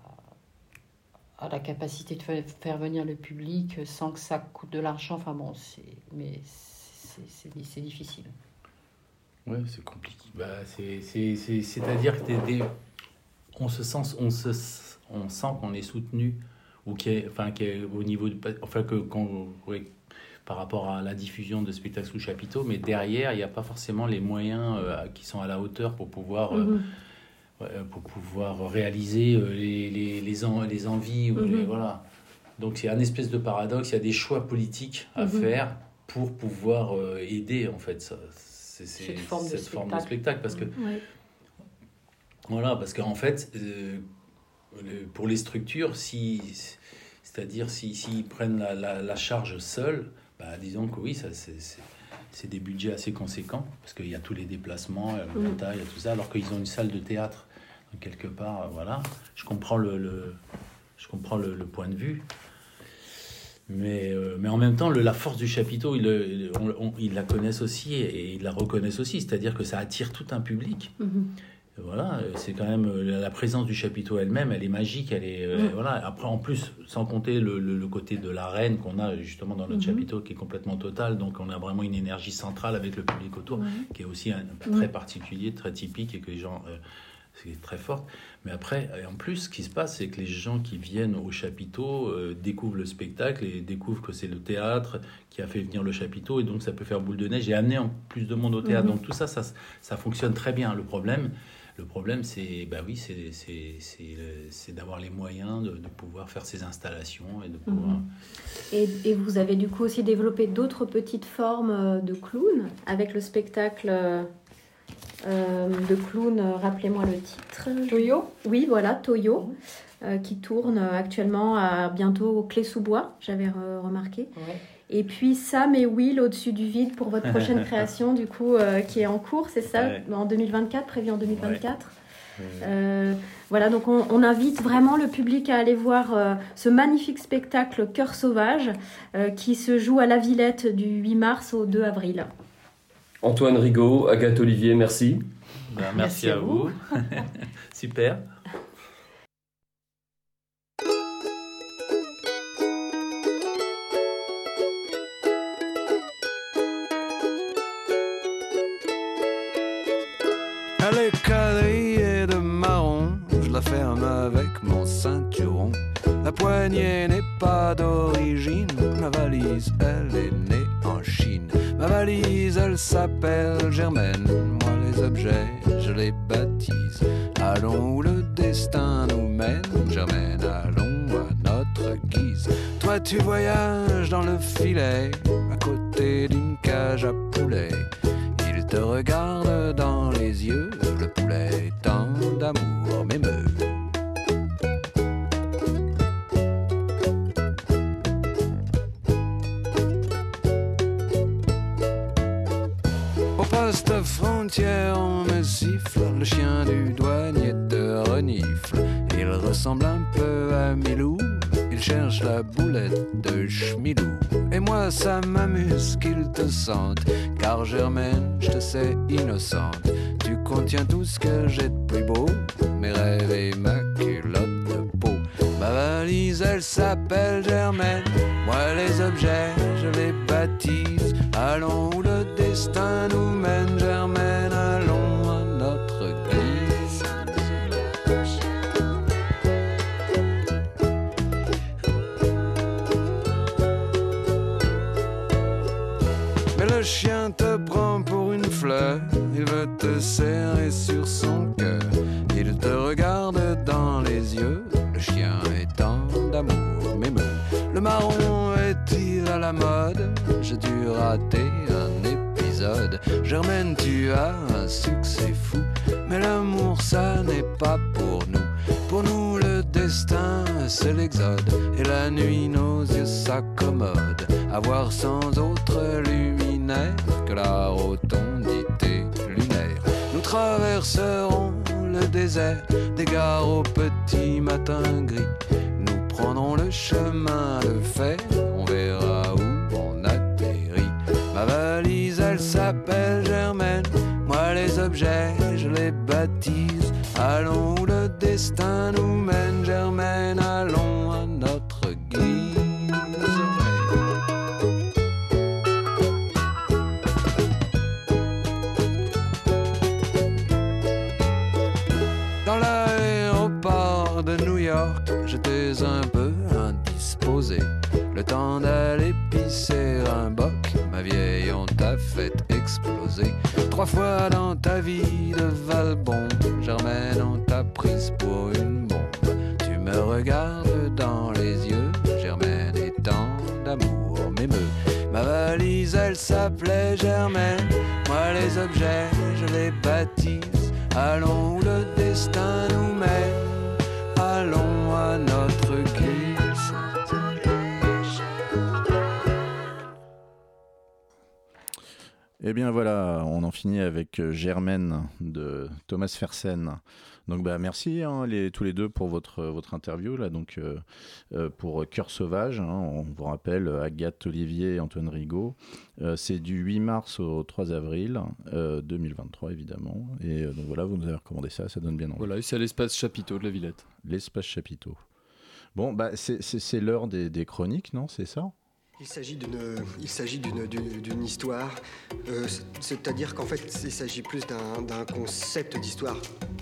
à la capacité de fa- faire venir le public sans que ça coûte de l'argent. Enfin bon, c'est... Mais c'est, c'est, c'est difficile. Ouais, c'est compliqué. Bah, c'est, c'est, c'est, c'est-à-dire que des, des- on se sent, on se, on sent qu'on est soutenu ou qu'il y ait- enfin, qu'il y ait au niveau de, enfin que qu'on, ouais, par rapport à la diffusion de spectacles sous chapiteau, mais derrière, il n'y a pas forcément les moyens euh, qui sont à la hauteur pour pouvoir, euh, Mhm. ouais, pour pouvoir réaliser euh, les, les, les, en- les envies. Ou les, Mhm. voilà. Donc, c'est un espèce de paradoxe. Il y a des choix politiques à Mhm. faire pour pouvoir euh, aider, en fait, ça, c'est, c'est, Cette forme de cette forme de spectacle. spectacle. Parce que, Ouais. voilà, parce qu'en fait, euh, le- pour les structures, si, c'est-à-dire s'ils si, s'ils prennent la, la, la charge seuls, bah, disons que oui, ça, c'est, c'est, c'est des budgets assez conséquents, parce qu'il y a tous les déplacements, le Mm. montage, il y a tout ça, alors qu'ils ont une salle de théâtre. Donc, quelque part, euh, voilà, je comprends le, le, je comprends le, le point de vue. Mais, euh, mais en même temps, le, la force du chapiteau, ils, le- on- on- ils la connaissent aussi et ils la reconnaissent aussi. C'est-à-dire que ça attire tout un public. Mhm. Voilà, c'est quand même euh, la présence du chapiteau elle-même, elle est magique, elle est euh, Mm. voilà. Après, en plus, sans compter le, le- le côté de l'arène qu'on a justement dans notre Mhm. chapiteau, qui est complètement total. Donc, on a vraiment une énergie centrale avec le public autour, Ouais. qui est aussi un, Mm. très particulier, très typique et que les gens euh, c'est très forte. Mais après, et en plus, ce qui se passe, c'est que les gens qui viennent au chapiteau euh, découvrent le spectacle et découvrent que c'est le théâtre qui a fait venir le chapiteau, et donc ça peut faire boule de neige et amener en plus de monde au théâtre. Mhm. Donc tout ça, ça, ça fonctionne très bien. Le problème, le problème, c'est, bah oui, c'est, c'est, c'est, c'est d'avoir les moyens de, de pouvoir faire ces installations et de pouvoir. Mhm. Et, et vous avez du coup aussi développé d'autres petites formes euh, de clown avec le spectacle euh, euh, de clown, euh, rappelez-moi le titre. Toyo ? Oui, voilà, Toyo, euh, qui tourne actuellement à bientôt au Clé-sous-Bois, j'avais re- remarqué. Ouais. Et puis Sam et Will au-dessus du vide pour votre prochaine création, du coup, euh, qui est en cours, c'est ça, Ouais. en deux mille vingt-quatre, prévu en deux mille vingt-quatre. Ouais. Euh, voilà, donc on, on invite vraiment le public à aller voir euh, ce magnifique spectacle Cœur sauvage euh, qui se joue à la Villette du huit mars au deux avril. Antoine Rigaud, Agathe Olivier, merci. Ben, merci, Merci à à vous. Super. Elle est quadrillée de marron, je la ferme avec mon ceinturon. La poignée n'est pas d'origine, ma valise elle est née en Chine. Ma valise elle s'appelle Germaine, moi les objets je les baptise. Allons où le destin nous mène, Germaine, allons à notre guise. Toi tu voyages dans le filet, à côté d'une cage à poulet. Il te regarde dans les yeux, le poulet tant d'amour m'émeut. Au poste frontière on me siffle, le chien du douanier te renifle. Il ressemble un peu à Milou, il cherche la boulette de Schmilou. Et moi ça m'amuse qu'il te sente, car Germaine, je te sais innocente. Tu contiens tout ce que j'ai de plus beau, mes rêves et ma culotte de peau. Ma valise valise, elle s'appelle Germaine. Moi, les objets, je les baptise. Allons où le destin nous mène, Germaine, allons à notre guise. Mais le chien te prend pour une fleur, il veut te serrer sur son cœur. Il te regarde dans les yeux, le chien étant d'amour m'émeut. Le marron est-il à la mode? J'ai dû rater un épisode. Germaine, tu as un succès fou, mais l'amour ça n'est pas pour nous. Pour nous le destin c'est l'exode, et la nuit nos yeux s'accommodent à voir sans autre luminaire que la rotondité lunaire. Nous traverserons le désert des gares au petit matin gris. Nous prendrons le chemin de fer, on verra où on atterrit. Ma valise elle s'appelle Germaine, moi les objets je les baptise. Allons où le destin nous mène, Germaine, allons à notre guise. Dans l'aéroport de New York, j'étais un peu indisposé. Le temps d'aller pisser un boc, ma vieille on t'a fait exploser. Trois fois dans ta vie de Valbon, Germaine on t'a prise pour une bombe. Tu me regardes dans les yeux, Germaine étant d'amour m'émeut. Ma valise elle s'appelait Germaine, moi les objets je les baptise. Allons où le destin nous mène, allons à notre guise. Eh bien voilà, on en finit avec Germaine de Thomas Fersen. Donc bah merci hein, les, tous les deux pour votre, votre interview là, donc euh, euh, pour Cœur sauvage, hein, on vous rappelle Agathe Olivier et Antoine Rigaud. Euh, c'est du huit mars au trois avril euh, deux mille vingt-trois évidemment. Et euh, donc voilà, vous nous avez recommandé ça, ça donne bien envie. Voilà, et c'est à l'espace Chapiteau de la Villette. L'espace Chapiteau. Bon bah c'est, c'est, c'est l'heure des, des chroniques, non, c'est ça ? Il s'agit d'une, il s'agit d'une, d'une, d'une histoire, euh, c'est-à-dire qu'en fait, il s'agit plus d'un, d'un concept d'histoire.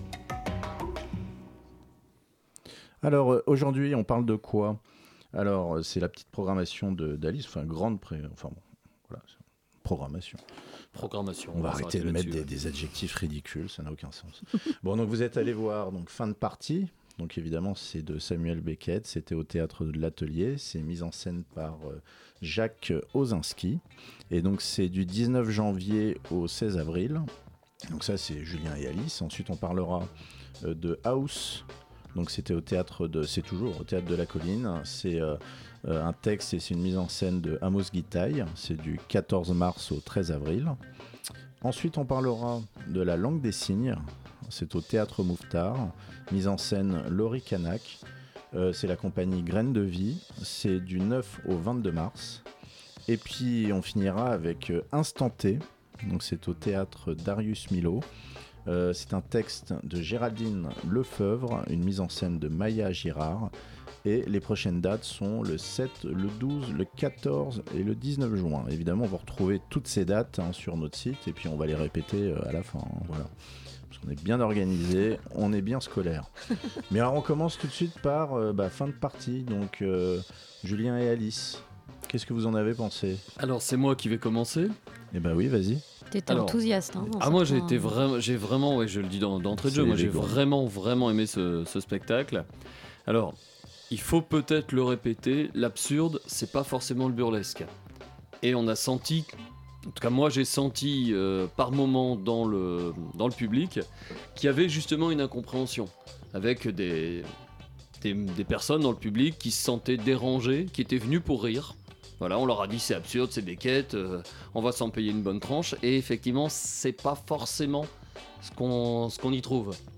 Alors aujourd'hui, on parle de quoi ? Alors c'est la petite programmation de, d'Alice, enfin grande pré, enfin bon, voilà, programmation. Programmation. On va arrêter de mettre des, des adjectifs ridicules, ça n'a aucun sens. Bon, donc vous êtes allé voir donc fin de partie. Donc évidemment, c'est de Samuel Beckett, c'était au Théâtre de l'Atelier, c'est mis en scène par euh, Jacques Osinski, et donc c'est du dix-neuf janvier au seize avril, donc ça c'est Julien et Alice. Ensuite on parlera euh, de House, donc c'était au Théâtre de, c'est toujours au Théâtre de la Colline, c'est euh, euh, un texte et c'est une mise en scène de Amos Guitaille, c'est du quatorze mars au treize avril. Ensuite on parlera de La Langue des signes, c'est au Théâtre Mouffetard, mise en scène Laurie Canac, euh, c'est la compagnie Graines de Vie, c'est du neuf au vingt-deux mars. Et puis on finira avec euh, Instant T, donc c'est au Théâtre Darius Milhaud, euh, c'est un texte de Géraldine Lefebvre, une mise en scène de Maya Girard, et les prochaines dates sont le sept, le douze, le quatorze et le dix-neuf juin. Évidemment, vous retrouvez toutes ces dates hein, sur notre site, et puis on va les répéter euh, à la fin, hein, voilà. On est bien organisé, on est bien scolaire. Mais alors on commence tout de suite par euh, bah, fin de partie. Donc euh, Julien et Alice, qu'est-ce que vous en avez pensé ? Alors c'est moi qui vais commencer. Eh ben oui, vas-y. T'étais alors, enthousiaste. Hein, ah moi j'ai été vraiment, j'ai vraiment, ouais, je le dis dans, d'entrée de jeu, moi j'ai vraiment vraiment aimé ce, ce spectacle. Alors il faut peut-être le répéter, l'absurde c'est pas forcément le burlesque. Et on a senti. En tout cas, moi, j'ai senti euh, par moments dans le, dans le public qu'il y avait justement une incompréhension avec des, des, des personnes dans le public qui se sentaient dérangées, qui étaient venues pour rire. Voilà, on leur a dit c'est absurde, c'est Beckett, euh, on va s'en payer une bonne tranche. Et effectivement, c'est pas forcément ce qu'on, ce qu'on y trouve.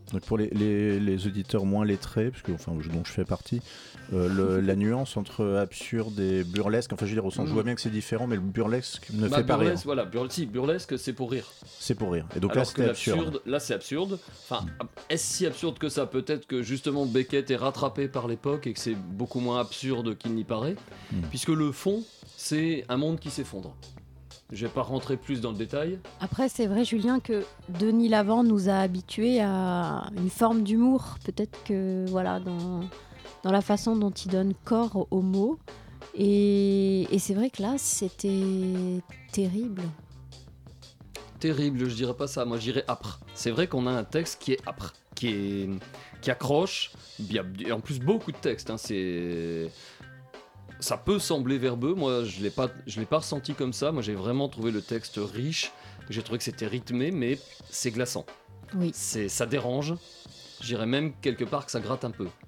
Donc pour les, les, les auditeurs moins lettrés, parce que enfin dont je fais partie, euh, le, la nuance entre absurde et burlesque, enfin je veux dire au sens, mmh. je vois bien que c'est différent, mais le burlesque ne bah, fait pas burlesque, rire. Voilà, bur- si, burlesque c'est pour rire. C'est pour rire. Et donc Alors là c'était absurde. Là c'est absurde. Enfin, est-ce si absurde que ça? Peut-être que justement Beckett est rattrapé par l'époque et que c'est beaucoup moins absurde qu'il n'y paraît, mmh. puisque le fond c'est un monde qui s'effondre. Je vais pas rentrer plus dans le détail. Après, c'est vrai, Julien, que Denis Lavant nous a habitués à une forme d'humour. Peut-être que, voilà, dans, dans la façon dont il donne corps aux mots. Et, et c'est vrai que là, c'était terrible. Terrible, je dirais pas ça. Moi, je dirais âpre. C'est vrai qu'on a un texte qui est âpre, qui, est, qui accroche. Il y a en plus beaucoup de textes. Hein, c'est... Ça peut sembler verbeux, moi je l'ai pas, je l'ai pas ressenti comme ça. Moi j'ai vraiment trouvé le texte riche, j'ai trouvé que c'était rythmé, mais c'est glaçant. Oui. C'est, ça dérange, je dirais même quelque part que ça gratte un peu.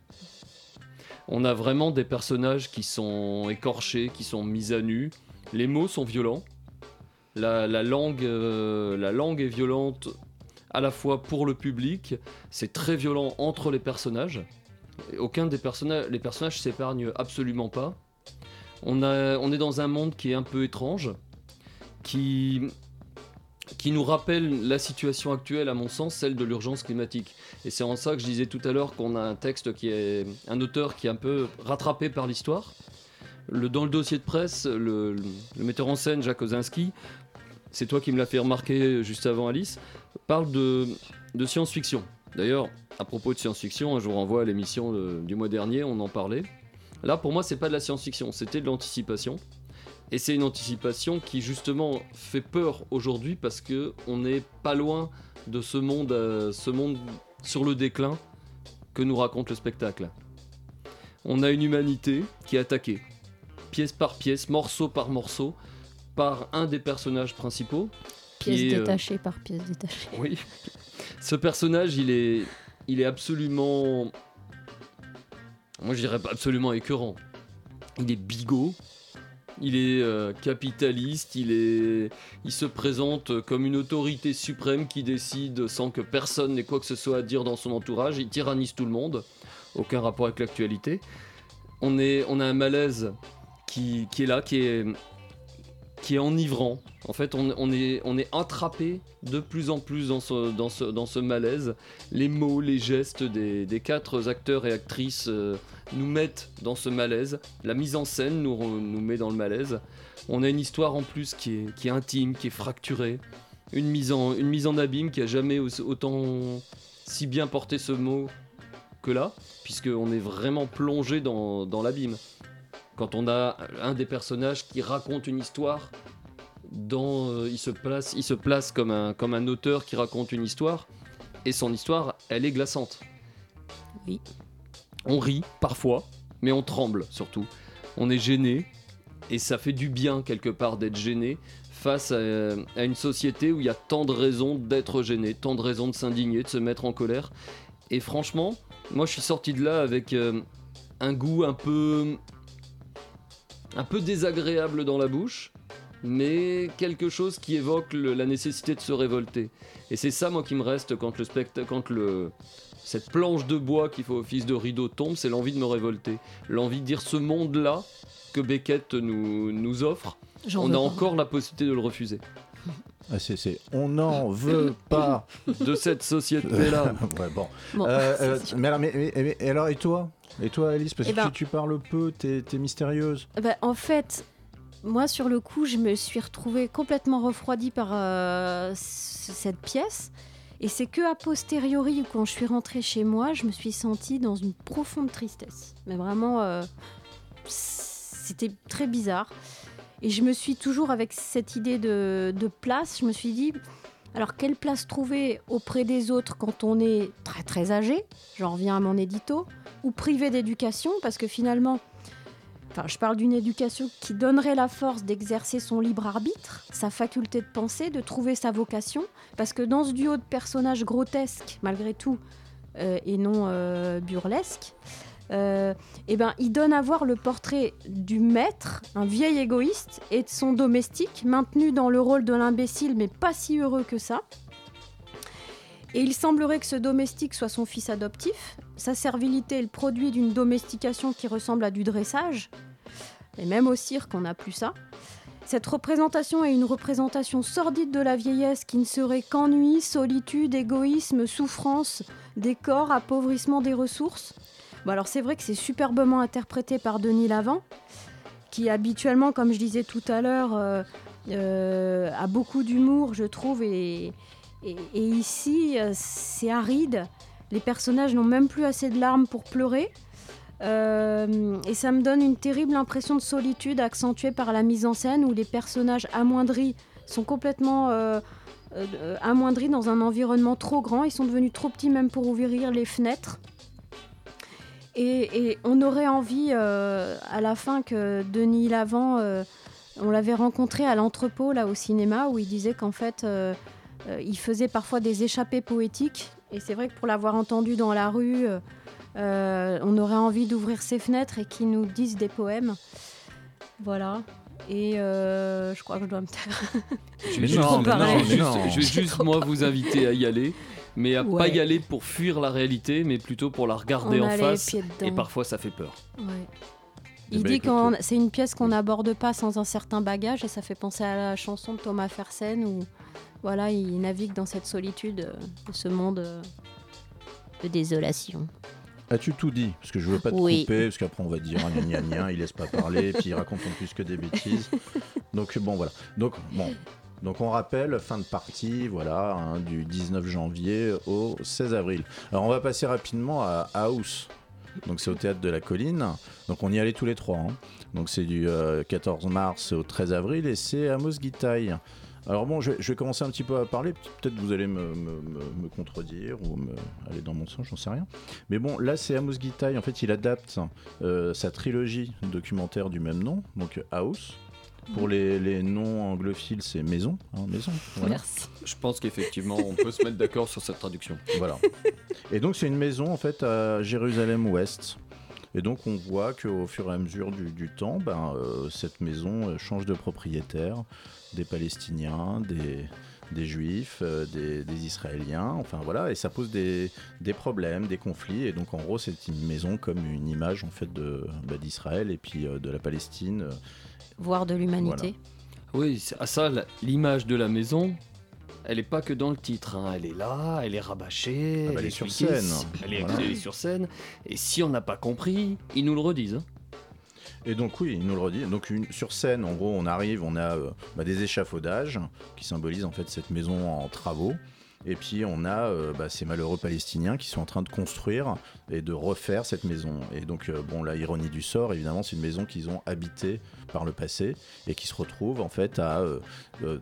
On a vraiment des personnages qui sont écorchés, qui sont mis à nu. Les mots sont violents, la, la, langue, euh, la langue est violente à la fois pour le public, c'est très violent entre les personnages. Aucun des personnages, les personnages s'épargnent absolument pas. On, a, on est dans un monde qui est un peu étrange, qui, qui nous rappelle la situation actuelle, à mon sens, celle de l'urgence climatique. Et c'est en ça que je disais tout à l'heure qu'on a un texte qui est un auteur qui est un peu rattrapé par l'histoire. Le, dans le dossier de presse, le, le metteur en scène Jacques Osinski, c'est toi qui me l'as fait remarquer juste avant Alice, parle de, de science-fiction. D'ailleurs, à propos de science-fiction, je vous renvoie à l'émission de, du mois dernier, on en parlait. Là, pour moi, c'est pas de la science-fiction, c'était de l'anticipation. Et c'est une anticipation qui, justement, fait peur aujourd'hui parce qu'on n'est pas loin de ce monde, euh, ce monde sur le déclin que nous raconte le spectacle. On a une humanité qui est attaquée, pièce par pièce, morceau par morceau, par un des personnages principaux. Pièce qui est, détachée euh... par pièce détachée. Oui. Ce personnage, il est, il est absolument... Moi, je dirais pas absolument écœurant. Il est bigot, il est euh, capitaliste, il, est... il se présente comme une autorité suprême qui décide sans que personne n'ait quoi que ce soit à dire dans son entourage. Il tyrannise tout le monde, aucun rapport avec l'actualité. On, est, on a un malaise qui, qui est là, qui est, qui est enivrant. En fait, on, on, est, on est attrapé de plus en plus dans ce, dans ce, dans ce malaise. Les mots, les gestes des, des quatre acteurs et actrices euh, nous mettent dans ce malaise. La mise en scène nous, nous met dans le malaise. On a une histoire en plus qui est, qui est intime, qui est fracturée. Une mise en, une mise en abîme qui a jamais autant si bien porté ce mot que là, puisqu'on est vraiment plongé dans, dans l'abîme. Quand on a un des personnages qui raconte une histoire, dans, euh, il, se place, il se place comme un, comme un auteur qui raconte une histoire, et son histoire, elle est glaçante. Oui. On rit, parfois, mais on tremble surtout. On est gêné, et ça fait du bien, quelque part, d'être gêné face à, à une société où il y a tant de raisons d'être gêné, tant de raisons de s'indigner, de se mettre en colère. Et franchement, moi je suis sorti de là avec euh, un goût un peu... un peu désagréable dans la bouche, mais quelque chose qui évoque le, la nécessité de se révolter. Et c'est ça, moi, qui me reste quand le spectacle, quand le, cette planche de bois qui fait office de rideau tombe, c'est l'envie de me révolter. L'envie de dire ce monde-là que Beckett nous, nous offre, J'en on a pas. encore la possibilité de le refuser. Ah, c'est, c'est, on n'en veut pas de cette société-là. Ouais, bon. bon euh, euh, mais, alors, mais, mais, mais, et alors, et toi Et toi, Alice, parce eh que ben, tu, tu parles peu, t'es, t'es mystérieuse. Ben, en fait, moi, sur le coup, je me suis retrouvée complètement refroidie par euh, c- cette pièce. Et c'est que a posteriori, quand je suis rentrée chez moi, je me suis sentie dans une profonde tristesse. Mais vraiment, euh, c'était très bizarre. Et je me suis toujours, avec cette idée de, de place, je me suis dit, alors quelle place trouver auprès des autres quand on est très très âgé, j'en reviens à mon édito, ou privé d'éducation, parce que finalement, enfin, je parle d'une éducation qui donnerait la force d'exercer son libre arbitre, sa faculté de penser, de trouver sa vocation, parce que dans ce duo de personnages grotesques, malgré tout, euh, et non euh, burlesques, Euh, et ben, il donne à voir le portrait du maître, un vieil égoïste, et de son domestique, maintenu dans le rôle de l'imbécile, mais pas si heureux que ça. Et il semblerait que ce domestique soit son fils adoptif. Sa servilité est le produit d'une domestication qui ressemble à du dressage. Et même au cirque, on n'a plus ça. Cette représentation est une représentation sordide de la vieillesse qui ne serait qu'ennui, solitude, égoïsme, souffrance des corps, appauvrissement des ressources. Bon, alors c'est vrai que c'est superbement interprété par Denis Lavant, qui habituellement, comme je disais tout à l'heure, euh, euh, a beaucoup d'humour, je trouve, et, et, et ici, euh, c'est aride. Les personnages n'ont même plus assez de larmes pour pleurer. Euh, et ça me donne une terrible impression de solitude accentuée par la mise en scène où les personnages amoindris sont complètement euh, euh, amoindris dans un environnement trop grand. Ils sont devenus trop petits même pour ouvrir les fenêtres. Et, et on aurait envie euh, à la fin que Denis Lavant, euh, on l'avait rencontré à l'entrepôt là au cinéma où il disait qu'en fait euh, euh, il faisait parfois des échappées poétiques. Et c'est vrai que pour l'avoir entendu dans la rue, euh, Euh, on aurait envie d'ouvrir ses fenêtres et qu'ils nous disent des poèmes. Voilà. Et euh, je crois que je dois me taire. Je vais juste, non, mais non, mais non. Je vais juste moi vous inviter à y aller, mais à ouais. pas y aller pour fuir la réalité, mais plutôt pour la regarder en face. Et parfois ça fait peur. Ouais. Il bah, dit que c'est une pièce qu'on n'aborde pas sans un certain bagage, et ça fait penser à la chanson de Thomas Fersen où voilà, il navigue dans cette solitude de ce monde de désolation. As-tu tout dit ? Parce que je veux pas te oui. couper, parce qu'après on va dire gna gna gna, il laisse pas parler, puis il raconte en plus que des bêtises. Donc bon voilà. Donc bon, donc on rappelle fin de partie, voilà, hein, du dix-neuf janvier au seize avril. Alors on va passer rapidement à House. Donc c'est au théâtre de la Colline. Donc on y allait tous les trois. Hein. Donc c'est du euh, quatorze mars au treize avril et c'est Amos Gitaï. Alors bon, je vais, je vais commencer un petit peu à parler, peut-être que vous allez me, me, me, me contredire ou me, aller dans mon sens, j'en sais rien. Mais bon, là c'est Amos Gitaï, en fait il adapte euh, sa trilogie documentaire du même nom, donc House. Pour les, les non anglophiles, c'est maison, hein, maison. Voilà. Merci. Je pense qu'effectivement, on peut se mettre d'accord sur cette traduction. Voilà. Et donc c'est une maison en fait à Jérusalem-Ouest. Et donc on voit qu'au fur et à mesure du, du temps, ben, euh, cette maison change de propriétaire, des Palestiniens, des, des Juifs, euh, des, des Israéliens, enfin voilà, et ça pose des, des problèmes, des conflits, et donc en gros c'est une maison comme une image en fait de, bah, d'Israël et puis euh, de la Palestine. Euh, voire de l'humanité. Voilà. Oui, à ça, l'image de la maison, elle n'est pas que dans le titre, hein. Elle est là, elle est rabâchée, ah bah elle, elle est sur scène. Elle est, voilà. elle est sur scène, et si on n'a pas compris, ils nous le redisent. Hein. Et donc oui, ils nous le redisent. Donc une, sur scène, en gros, on arrive, on a euh, bah, des échafaudages qui symbolisent en fait cette maison en travaux. Et puis on a euh, bah, ces malheureux Palestiniens qui sont en train de construire et de refaire cette maison. Et donc euh, bon, la ironie du sort, évidemment, c'est une maison qu'ils ont habitée par le passé et qui se retrouve en fait à, euh, euh,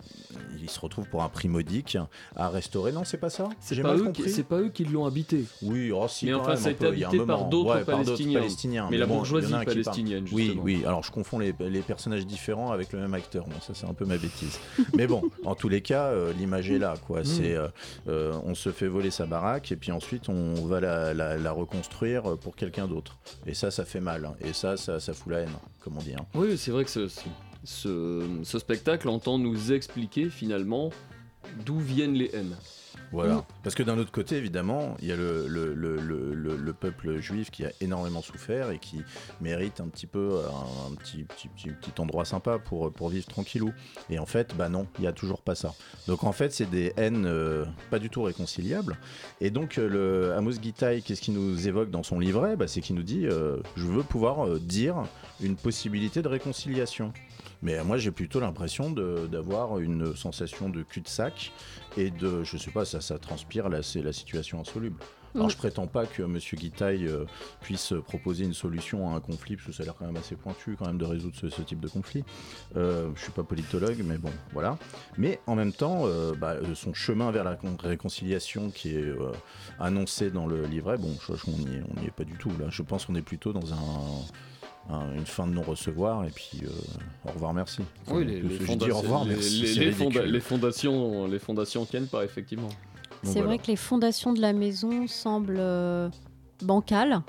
ils se retrouvent pour un prix modique à restaurer. Non, c'est pas ça. C'est J'ai pas mal eux compris. Qui, c'est pas eux qui l'ont habité. Oui, oh, si, mais enfin, même, ça a été habité par d'autres, ouais, Palestiniens. Palestiniens. Mais, mais la bon, bourgeoisie palestinienne. Oui, oui. Alors je confonds les, les personnages différents avec le même acteur. Bon, ça c'est un peu ma bêtise. Mais bon, en tous les cas, euh, l'image est là, quoi. C'est C'est, euh, euh, on se fait voler sa baraque et puis ensuite on va la, la, la reconstruire pour quelqu'un d'autre. Et ça, ça fait mal. Et ça, ça, ça fout la haine, comme on dit. Hein. Oui, c'est vrai que ce, ce, ce spectacle entend nous expliquer finalement d'où viennent les haines. Voilà. Mmh. Parce que d'un autre côté, évidemment, il y a le, le, le, le, le, le peuple juif qui a énormément souffert et qui mérite un petit peu un, un petit, petit, petit, petit endroit sympa pour, pour vivre tranquillou. Et en fait, bah non, il n'y a toujours pas ça. Donc en fait, c'est des haines euh, pas du tout réconciliables. Et donc, euh, le Amos Gitaï, qu'est-ce qu'il nous évoque dans son livret ? Bah, c'est qu'il nous dit euh, je veux pouvoir euh, dire une possibilité de réconciliation. Mais moi, j'ai plutôt l'impression de, d'avoir une sensation de cul-de-sac et de, je sais pas, ça, ça transpire, là, c'est la situation insoluble. Alors, mmh. je prétends pas que M. Gitaï euh, puisse proposer une solution à un conflit, parce que ça a l'air quand même assez pointu quand même de résoudre ce, ce type de conflit. Euh, je suis pas politologue, mais bon, voilà. Mais en même temps, euh, bah, son chemin vers la réconciliation qui est euh, annoncé dans le livret, bon, je, je, on n'y est, on n'y est pas du tout, là. Je pense qu'on est plutôt dans un... une fin de non-recevoir et puis euh, au revoir, merci. Enfin, oui, les, les, fonda- au revoir, merci, les, les, fonda- les, fondations, les fondations tiennent pas, effectivement. Donc c'est voilà. vrai que les fondations de la maison semblent euh, bancales.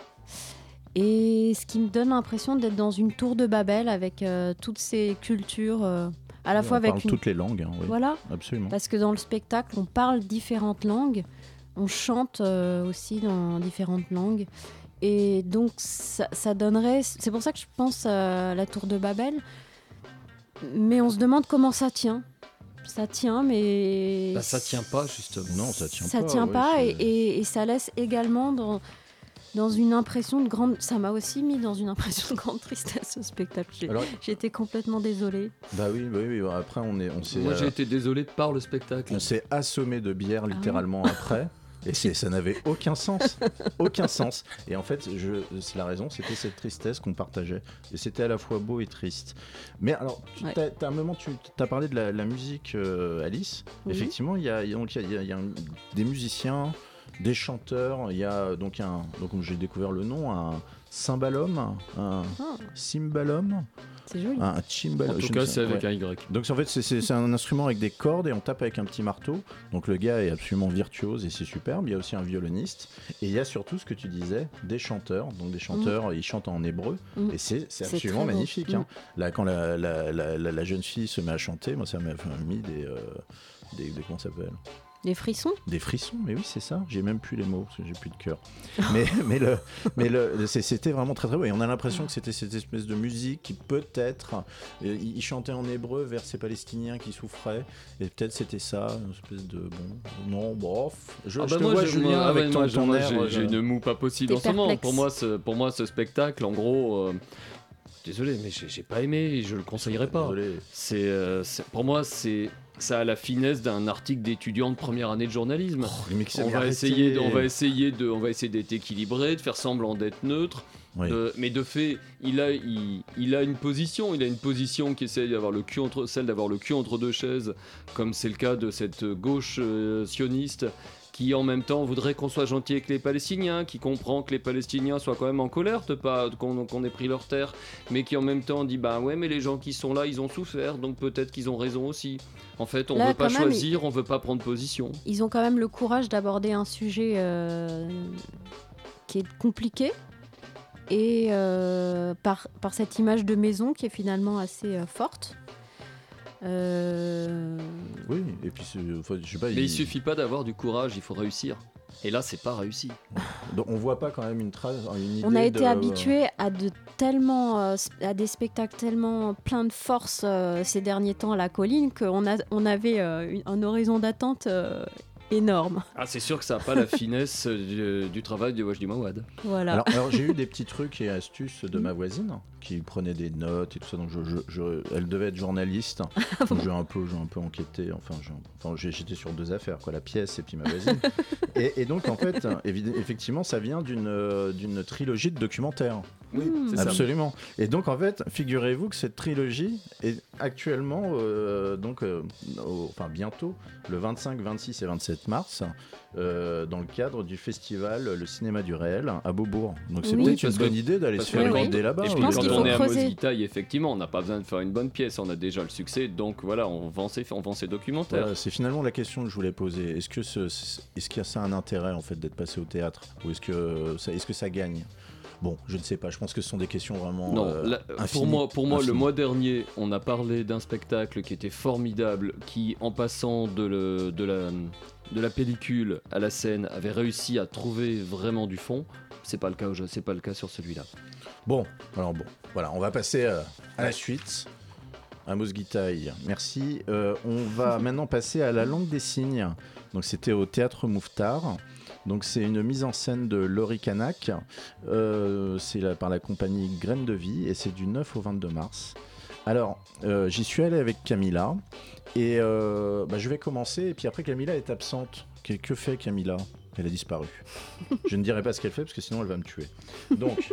Et ce qui me donne l'impression d'être dans une tour de Babel avec euh, toutes ces cultures euh, à la on fois avec parle une... toutes les langues. Hein, oui. Voilà. Absolument. Parce que dans le spectacle, on parle différentes langues, on chante euh, aussi dans différentes langues. Et donc, ça, ça donnerait... C'est pour ça que je pense à la Tour de Babel. Mais on se demande comment ça tient. Ça tient, mais... Bah, ça tient pas, justement. Non, ça tient ça pas. Ça tient oui, pas c'est... et, et, et ça laisse également dans, dans une impression de grande... Ça m'a aussi mis dans une impression de grande tristesse, ce spectacle. J'ai, Alors... j'ai été complètement désolée. Bah oui, bah oui, oui. Après, on, est, on s'est... Moi, j'ai euh... été désolé par le spectacle. On s'est assommé de bière, littéralement, ah oui. après. Et c'est, ça n'avait aucun sens, aucun sens. Et en fait, je, c'est la raison, c'était cette tristesse qu'on partageait. Et c'était à la fois beau et triste. Mais alors, tu, ouais. t'as, t'as un moment, tu as parlé de la, la musique, euh, Alice. Oui. Effectivement, il y a, donc, il y a, il y a un, des musiciens, des chanteurs. Il y a donc un, donc j'ai découvert le nom, un cymbalum, un oh. cymbalum. C'est joli. Un cymbalum. En tout cas, c'est avec ouais. un Y. Donc en fait, c'est, c'est, c'est un instrument avec des cordes et on tape avec un petit marteau. Donc le gars est absolument virtuose et c'est superbe. Il y a aussi un violoniste. Et il y a surtout ce que tu disais, des chanteurs. Donc des chanteurs, mmh. ils chantent en hébreu. Mmh. Et c'est, c'est, c'est absolument magnifique. Hein. Mmh. Là, quand la, la, la, la, la jeune fille se met à chanter, moi, ça m'a mis des... Euh, des, des comment ça s'appelle ? Des frissons ? Des frissons, mais oui, c'est ça. J'ai même plus les mots, parce que j'ai plus de cœur. mais mais, le, mais le, c'est, c'était vraiment très très beau. Et on a l'impression que c'était cette espèce de musique qui peut-être... Euh, il chantait en hébreu vers ces Palestiniens qui souffraient. Et peut-être c'était ça, une espèce de... Bon, non, bof. Je, ah je bah te moi, vois, je, Julien, moi, avec ouais, ton, moi, ton moi, air... J'ai, je... j'ai une moue pas possible en ce moment. Pour moi, ce, pour, moi, ce, pour moi, ce spectacle, en gros... Euh, désolé, mais j'ai, j'ai pas aimé et je le conseillerais pas. C'est, euh, c'est, pour moi, c'est... Ça a la finesse d'un article d'étudiant de première année de journalisme. Oh, on, va essayer de, on, va essayer de, on va essayer d'être équilibré, de faire semblant d'être neutre. Oui. De, mais de fait, il a, il, il a une position. Il a une position qui essaie d'avoir le cul entre, celle d'avoir le cul entre deux chaises, comme c'est le cas de cette gauche euh, sioniste qui en même temps voudrait qu'on soit gentil avec les Palestiniens, qui comprend que les Palestiniens soient quand même en colère de pas qu'on, qu'on ait pris leur terre, mais qui en même temps dit bah ouais mais les gens qui sont là ils ont souffert donc peut-être qu'ils ont raison aussi. En fait on là, veut pas choisir, même, on veut pas prendre position. Ils ont quand même le courage d'aborder un sujet euh, qui est compliqué et euh, par, par cette image de maison qui est finalement assez euh, forte. Euh... Oui, et puis enfin, je sais pas. Mais il... il suffit pas d'avoir du courage, il faut réussir. Et là, c'est pas réussi. Donc, on voit pas quand même une trace, une idée. On a été de... habitué à de tellement, euh, à des spectacles tellement pleins de force euh, ces derniers temps à la colline qu'on a, on avait euh, un horizon d'attente. Euh, énorme. Ah, c'est sûr que ça n'a pas la finesse du, du travail de Wajdi Mouawad. Voilà. Alors, alors j'ai eu des petits trucs et astuces de ma voisine qui prenait des notes et tout ça. Donc je, je, je, elle devait être journaliste. Donc j'ai un peu, j'ai un peu enquêté. Enfin, j'ai, enfin j'ai, j'étais sur deux affaires, quoi, la pièce et puis ma voisine. et, et donc en fait, évi- effectivement, ça vient d'une, d'une trilogie de documentaires. Oui, c'est absolument. Ça. Et donc en fait, figurez-vous que cette trilogie est actuellement, euh, donc, euh, au, enfin bientôt, le vingt-cinq, vingt-six et vingt-sept mars, euh, dans le cadre du festival Le Cinéma du Réel à Beaubourg. Donc c'est oui, peut-être une bonne idée d'aller se faire une idée là-bas. Et puis quand on est à Mosguitaille, effectivement, on n'a pas besoin de faire une bonne pièce, on a déjà le succès, donc voilà, on vend ses, on vend ses documentaires. Voilà, c'est finalement la question que je voulais poser. Est-ce que ce, est-ce qu'il y a ça un intérêt en fait d'être passé au théâtre, ou est-ce que ça, est-ce que ça gagne? Bon, je ne sais pas, je pense que ce sont des questions vraiment non, euh, la, pour moi, pour moi le mois dernier, on a parlé d'un spectacle qui était formidable, qui, en passant de, le, de, la, de la pellicule à la scène, avait réussi à trouver vraiment du fond. C'est pas le cas, c'est pas le cas sur celui-là. Bon, alors bon, voilà, on va passer euh, à la suite. À Mosguitaille, merci. Euh, on va maintenant passer à La Langue des Signes. Donc c'était au Théâtre Mouffetard. Donc c'est une mise en scène de Laurie Canac, euh, c'est la, par la compagnie Graines de Vie et c'est du neuf au vingt-deux mars. Alors euh, j'y suis allé avec Camilla et euh, bah, je vais commencer et puis après Camilla est absente. Que, que fait Camilla ? Elle a disparu. Je ne dirai pas ce qu'elle fait parce que sinon elle va me tuer. Donc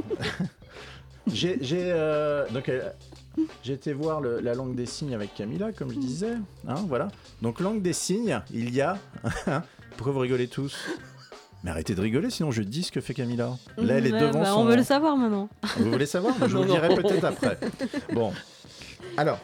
j'ai, j'ai, euh, donc, elle, j'ai été voir le, La Langue des Signes avec Camilla comme je disais. Hein, voilà. Donc Langue des Signes, il y a... Pourquoi vous rigolez tous ? Mais arrêtez de rigoler, sinon je dis ce que fait Camilla. Là, elle est ouais, devant bah, son... On veut le savoir maintenant. Vous voulez savoir ? Je vous le dirai peut-être après. Bon. Alors,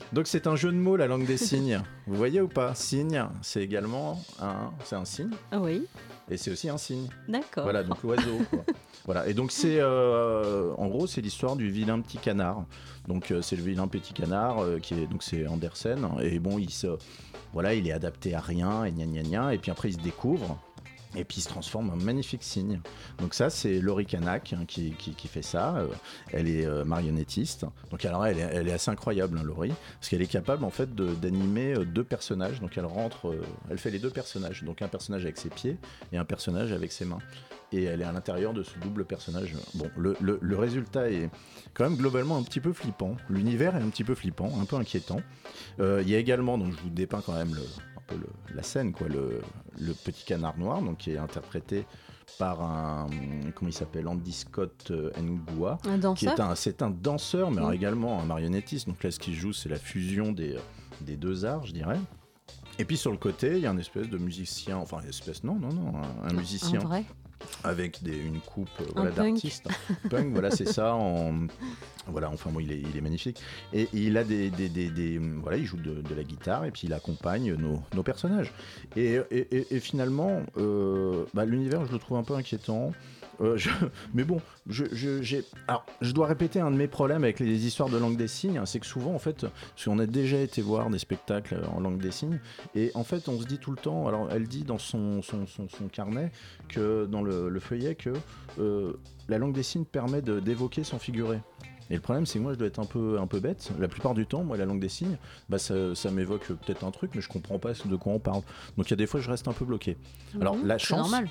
Donc c'est un jeu de mots, la langue des signes. Vous voyez ou pas? Signe, c'est également un, c'est un signe. Oui. Et c'est aussi un signe. D'accord. Voilà, donc l'oiseau. Quoi. Voilà. Et donc c'est, euh, en gros, c'est l'histoire du vilain petit canard. Donc euh, c'est le vilain petit canard euh, qui est, donc c'est Andersen. Et bon, il se, voilà, il est adapté à rien et gna gna gna. Et puis après, il se découvre. Et puis il se transforme en magnifique cygne. Donc ça, c'est Laurie Canac hein, qui, qui, qui fait ça. Euh, elle est euh, marionnettiste. Donc alors elle est, elle est assez incroyable, hein, Laurie, parce qu'elle est capable en fait de, d'animer euh, deux personnages. Donc elle rentre, euh, elle fait les deux personnages. Donc un personnage avec ses pieds et un personnage avec ses mains. Et elle est à l'intérieur de ce double personnage. Bon, le, le, le résultat est quand même globalement un petit peu flippant. L'univers est un petit peu flippant, un peu inquiétant. Euh, il y a également, donc je vous dépeins quand même le, un peu le, la scène, quoi, le, le petit canard noir, donc qui est interprété par un, comment il s'appelle, Andy Scott Ngua, un danseur. Qui est un, c'est un danseur, mais mmh. alors également un marionnettiste. Donc là, ce qu'il joue, c'est la fusion des, des deux arts, je dirais. Et puis sur le côté, il y a une espèce de musicien, enfin une espèce, non, non, non, un, un musicien. Un vrai. Avec des, une coupe euh, voilà, punk. d'artiste. Punk, voilà, c'est ça. En... Voilà, enfin, bon, il est, il est magnifique. Et, et il a des, des, des, des, voilà, il joue de, de la guitare et puis il accompagne nos, nos personnages. Et, et, et, et finalement, euh, bah, l'univers, je le trouve un peu inquiétant. Euh, je, mais bon, je, je, j'ai, alors, je dois répéter un de mes problèmes avec les histoires de langue des signes, hein, c'est que souvent, en fait, parce qu'on a déjà été voir des spectacles en langue des signes, et en fait, on se dit tout le temps, alors elle dit dans son, son, son, son carnet, que dans le, le feuillet, que euh, la langue des signes permet de, d'évoquer sans figurer. Et le problème, c'est que moi, je dois être un peu, un peu bête. La plupart du temps, moi, la langue des signes, bah, ça, ça m'évoque peut-être un truc, mais je comprends pas de quoi on parle. Donc, il y a des fois, je reste un peu bloqué. Mmh, alors, la chance... C'est normal.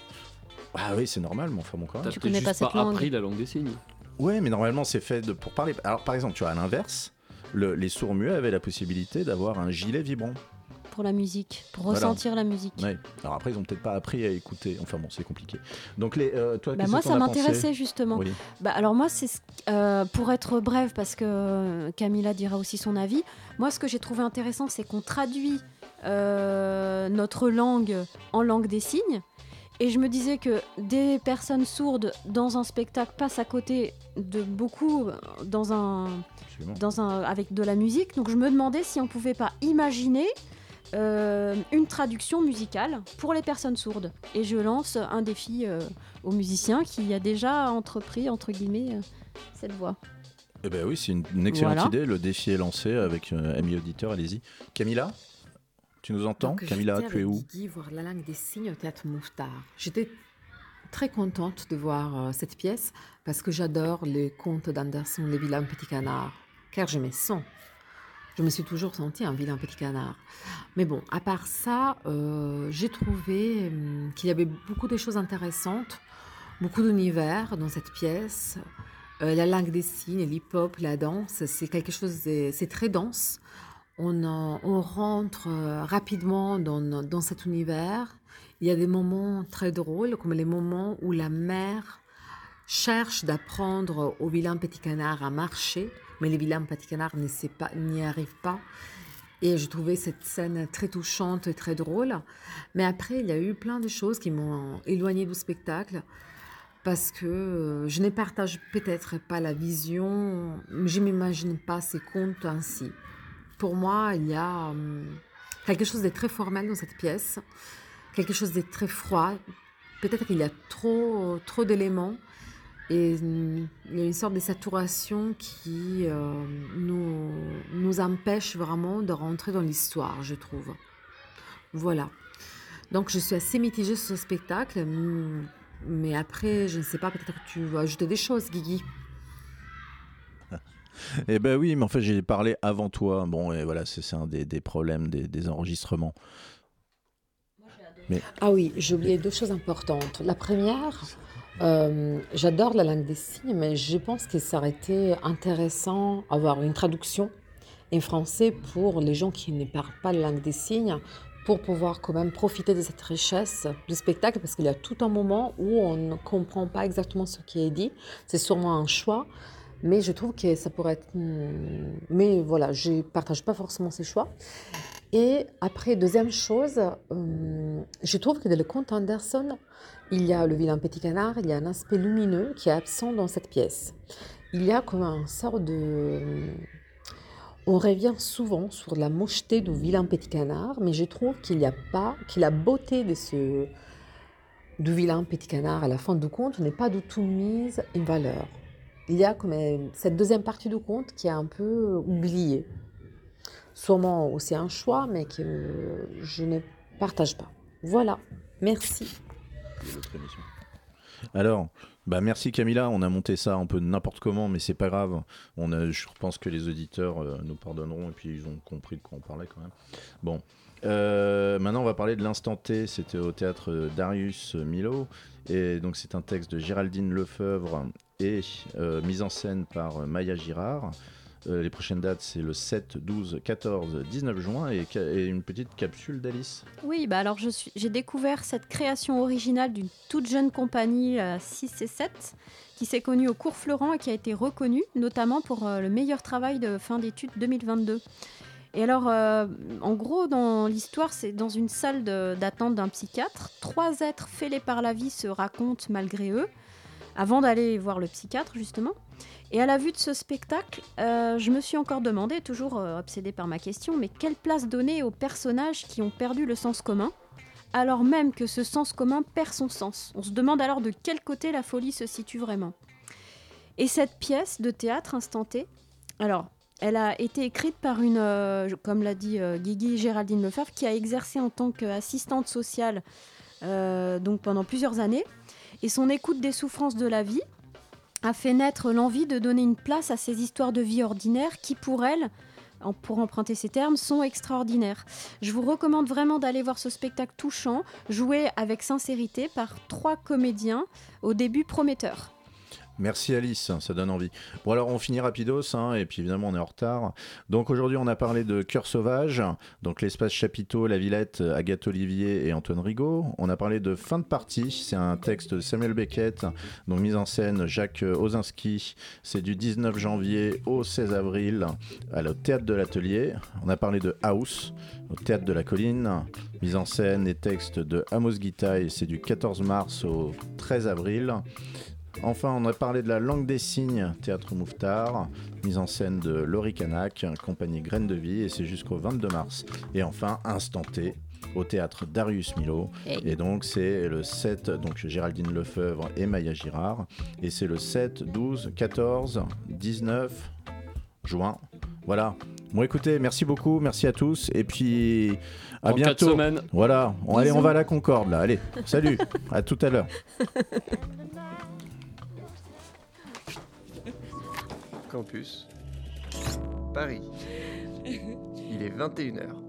Ah oui, c'est normal, mais enfin bon, quand même. T'as tu connais pas cette pas langue. Appris la langue des signes. Ouais, mais normalement, c'est fait de, pour parler. Alors, par exemple, tu vois, à l'inverse, le, les sourds-muets avaient la possibilité d'avoir un gilet vibrant. Pour la musique, pour voilà. ressentir la musique. Ouais. Alors après, ils ont peut-être pas appris à écouter. Enfin bon, c'est compliqué. Donc les, euh, toi, bah qu'est-ce moi, que ça t'en as m'intéressait pensé justement. Oui. Bah alors moi, c'est euh, pour être brève, parce que Camilla dira aussi son avis. Moi, ce que j'ai trouvé intéressant, c'est qu'on traduit euh, notre langue en langue des signes. Et je me disais que des personnes sourdes dans un spectacle passent à côté de beaucoup dans un, dans un, avec de la musique. Donc je me demandais si on ne pouvait pas imaginer euh, une traduction musicale pour les personnes sourdes. Et je lance un défi euh, aux musiciens qui a déjà entrepris, entre guillemets, euh, cette voie. Eh ben oui, c'est une, une excellente voilà. idée. Le défi est lancé avec euh, amis auditeurs, allez-y. Camilla ? Tu nous entends? Donc, Camilla, tu es où? Guigui voir la langue des signes au théâtre Mouffetard. J'étais très contente de voir euh, cette pièce parce que j'adore les contes d'Andersen, Les vilains petits canards, car je me sens. Je me suis toujours sentie un vilain petit canard. Mais bon, à part ça, euh, j'ai trouvé euh, qu'il y avait beaucoup de choses intéressantes, beaucoup d'univers dans cette pièce. Euh, la langue des signes, l'hip-hop, la danse, c'est quelque chose, de, c'est très dense. On, en, on rentre rapidement dans, dans cet univers. Il y a des moments très drôles, comme les moments où la mère cherche d'apprendre au vilain petit canard à marcher, mais le vilain petit canard n'y, sait pas, n'y arrive pas. Et je trouvais cette scène très touchante et très drôle. Mais après, il y a eu plein de choses qui m'ont éloignée du spectacle, parce que je ne partage peut-être pas la vision, je ne m'imagine pas ces contes ainsi. Pour moi, il y a euh, quelque chose de très formel dans cette pièce, quelque chose de très froid. Peut-être qu'il y a trop, trop d'éléments et il y a une sorte de saturation qui euh, nous, nous empêche vraiment de rentrer dans l'histoire, je trouve. Voilà. Donc, je suis assez mitigée sur ce spectacle, mais après, je ne sais pas, peut-être que tu vas ajouter des choses, Guigui. Eh ben oui, mais en fait j'ai parlé avant toi. Bon, et voilà, c'est, c'est un des, des problèmes des, des enregistrements. Mais... Ah oui, j'ai oublié deux choses importantes. La première, euh, j'adore la langue des signes, mais je pense que ça aurait été intéressant d'avoir une traduction en français pour les gens qui ne parlent pas la langue des signes, pour pouvoir quand même profiter de cette richesse du spectacle, parce qu'il y a tout un moment où on ne comprend pas exactement ce qui est dit. C'est sûrement un choix. Mais je trouve que ça pourrait être... Mais voilà, je ne partage pas forcément ces choix. Et après, deuxième chose, euh, je trouve que dans le conte Andersen, il y a le vilain petit canard, il y a un aspect lumineux qui est absent dans cette pièce. Il y a comme un sort de... On revient souvent sur la mocheté du vilain petit canard, mais je trouve qu'il n'y a pas, que la beauté de ce, du vilain petit canard à la fin du conte n'est pas du tout mise en valeur. Il y a comme cette deuxième partie du conte qui est un peu oubliée. Sûrement aussi un choix, mais que je ne partage pas. Voilà, merci. Alors, bah merci Camilla, on a monté ça un peu n'importe comment, mais c'est pas grave. On a, je pense que les auditeurs euh, nous pardonneront et puis ils ont compris de quoi on parlait quand même. Bon, euh, maintenant on va parler de l'instant T. C'était au théâtre Darius Milhaud et donc c'est un texte de Géraldine Lefebvre et euh, mise en scène par Maya Girard. Euh, les prochaines dates, c'est le sept, douze, quatorze, dix-neuf juin et, et une petite capsule d'Alice. Oui, bah alors je suis, j'ai découvert cette création originale d'une toute jeune compagnie, euh, six et sept, qui s'est connue au Cours Florent et qui a été reconnue, notamment pour euh, le meilleur travail de fin d'études deux mille vingt-deux. Et alors, euh, en gros, dans l'histoire, c'est dans une salle de, d'attente d'un psychiatre. Trois êtres fêlés par la vie se racontent malgré eux, avant d'aller voir le psychiatre, justement. Et à la vue de ce spectacle, euh, je me suis encore demandé, toujours euh, obsédée par ma question, mais quelle place donner aux personnages qui ont perdu le sens commun, alors même que ce sens commun perd son sens. On se demande alors de quel côté la folie se situe vraiment. Et cette pièce de théâtre instantée, alors, elle a été écrite par une, euh, comme l'a dit euh, Guigui Géraldine Lefebvre, qui a exercé en tant qu'assistante sociale euh, donc pendant plusieurs années, et son écoute des souffrances de la vie a fait naître l'envie de donner une place à ces histoires de vie ordinaires qui, pour elle, pour emprunter ces termes, sont extraordinaires. Je vous recommande vraiment d'aller voir ce spectacle touchant, joué avec sincérité par trois comédiens au début prometteurs. Merci Alice, ça donne envie. Bon alors on finit rapidos, hein, et puis évidemment on est en retard. Donc aujourd'hui on a parlé de Cœur sauvage, donc l'espace Chapiteau, La Villette, Agathe Olivier et Antoine Rigaud. On a parlé de Fin de partie, c'est un texte de Samuel Beckett, donc mise en scène Jacques Osinski. C'est du dix-neuf janvier au seize avril à le Théâtre de l'Atelier. On a parlé de House, au Théâtre de la Colline, mise en scène et texte de Amos Guitaille, c'est du quatorze mars au treize avril. Enfin, on a parlé de La Langue des Signes, Théâtre Mouffetard, mise en scène de Laurie Canac, compagnie Graines de Vie, et c'est jusqu'au vingt-deux mars. Et enfin, Instant T, au Théâtre Darius Milhaud, hey. Et donc c'est le sept, donc Géraldine Lefebvre et Maya Girard, et c'est le sept, douze, quatorze, dix-neuf juin. Voilà. Bon, écoutez, merci beaucoup, merci à tous, et puis à en bientôt. quatre semaines. Voilà. Bon, allez, on va à la Concorde là. Allez, salut, à tout à l'heure. Campus Paris. Il est vingt et une heures.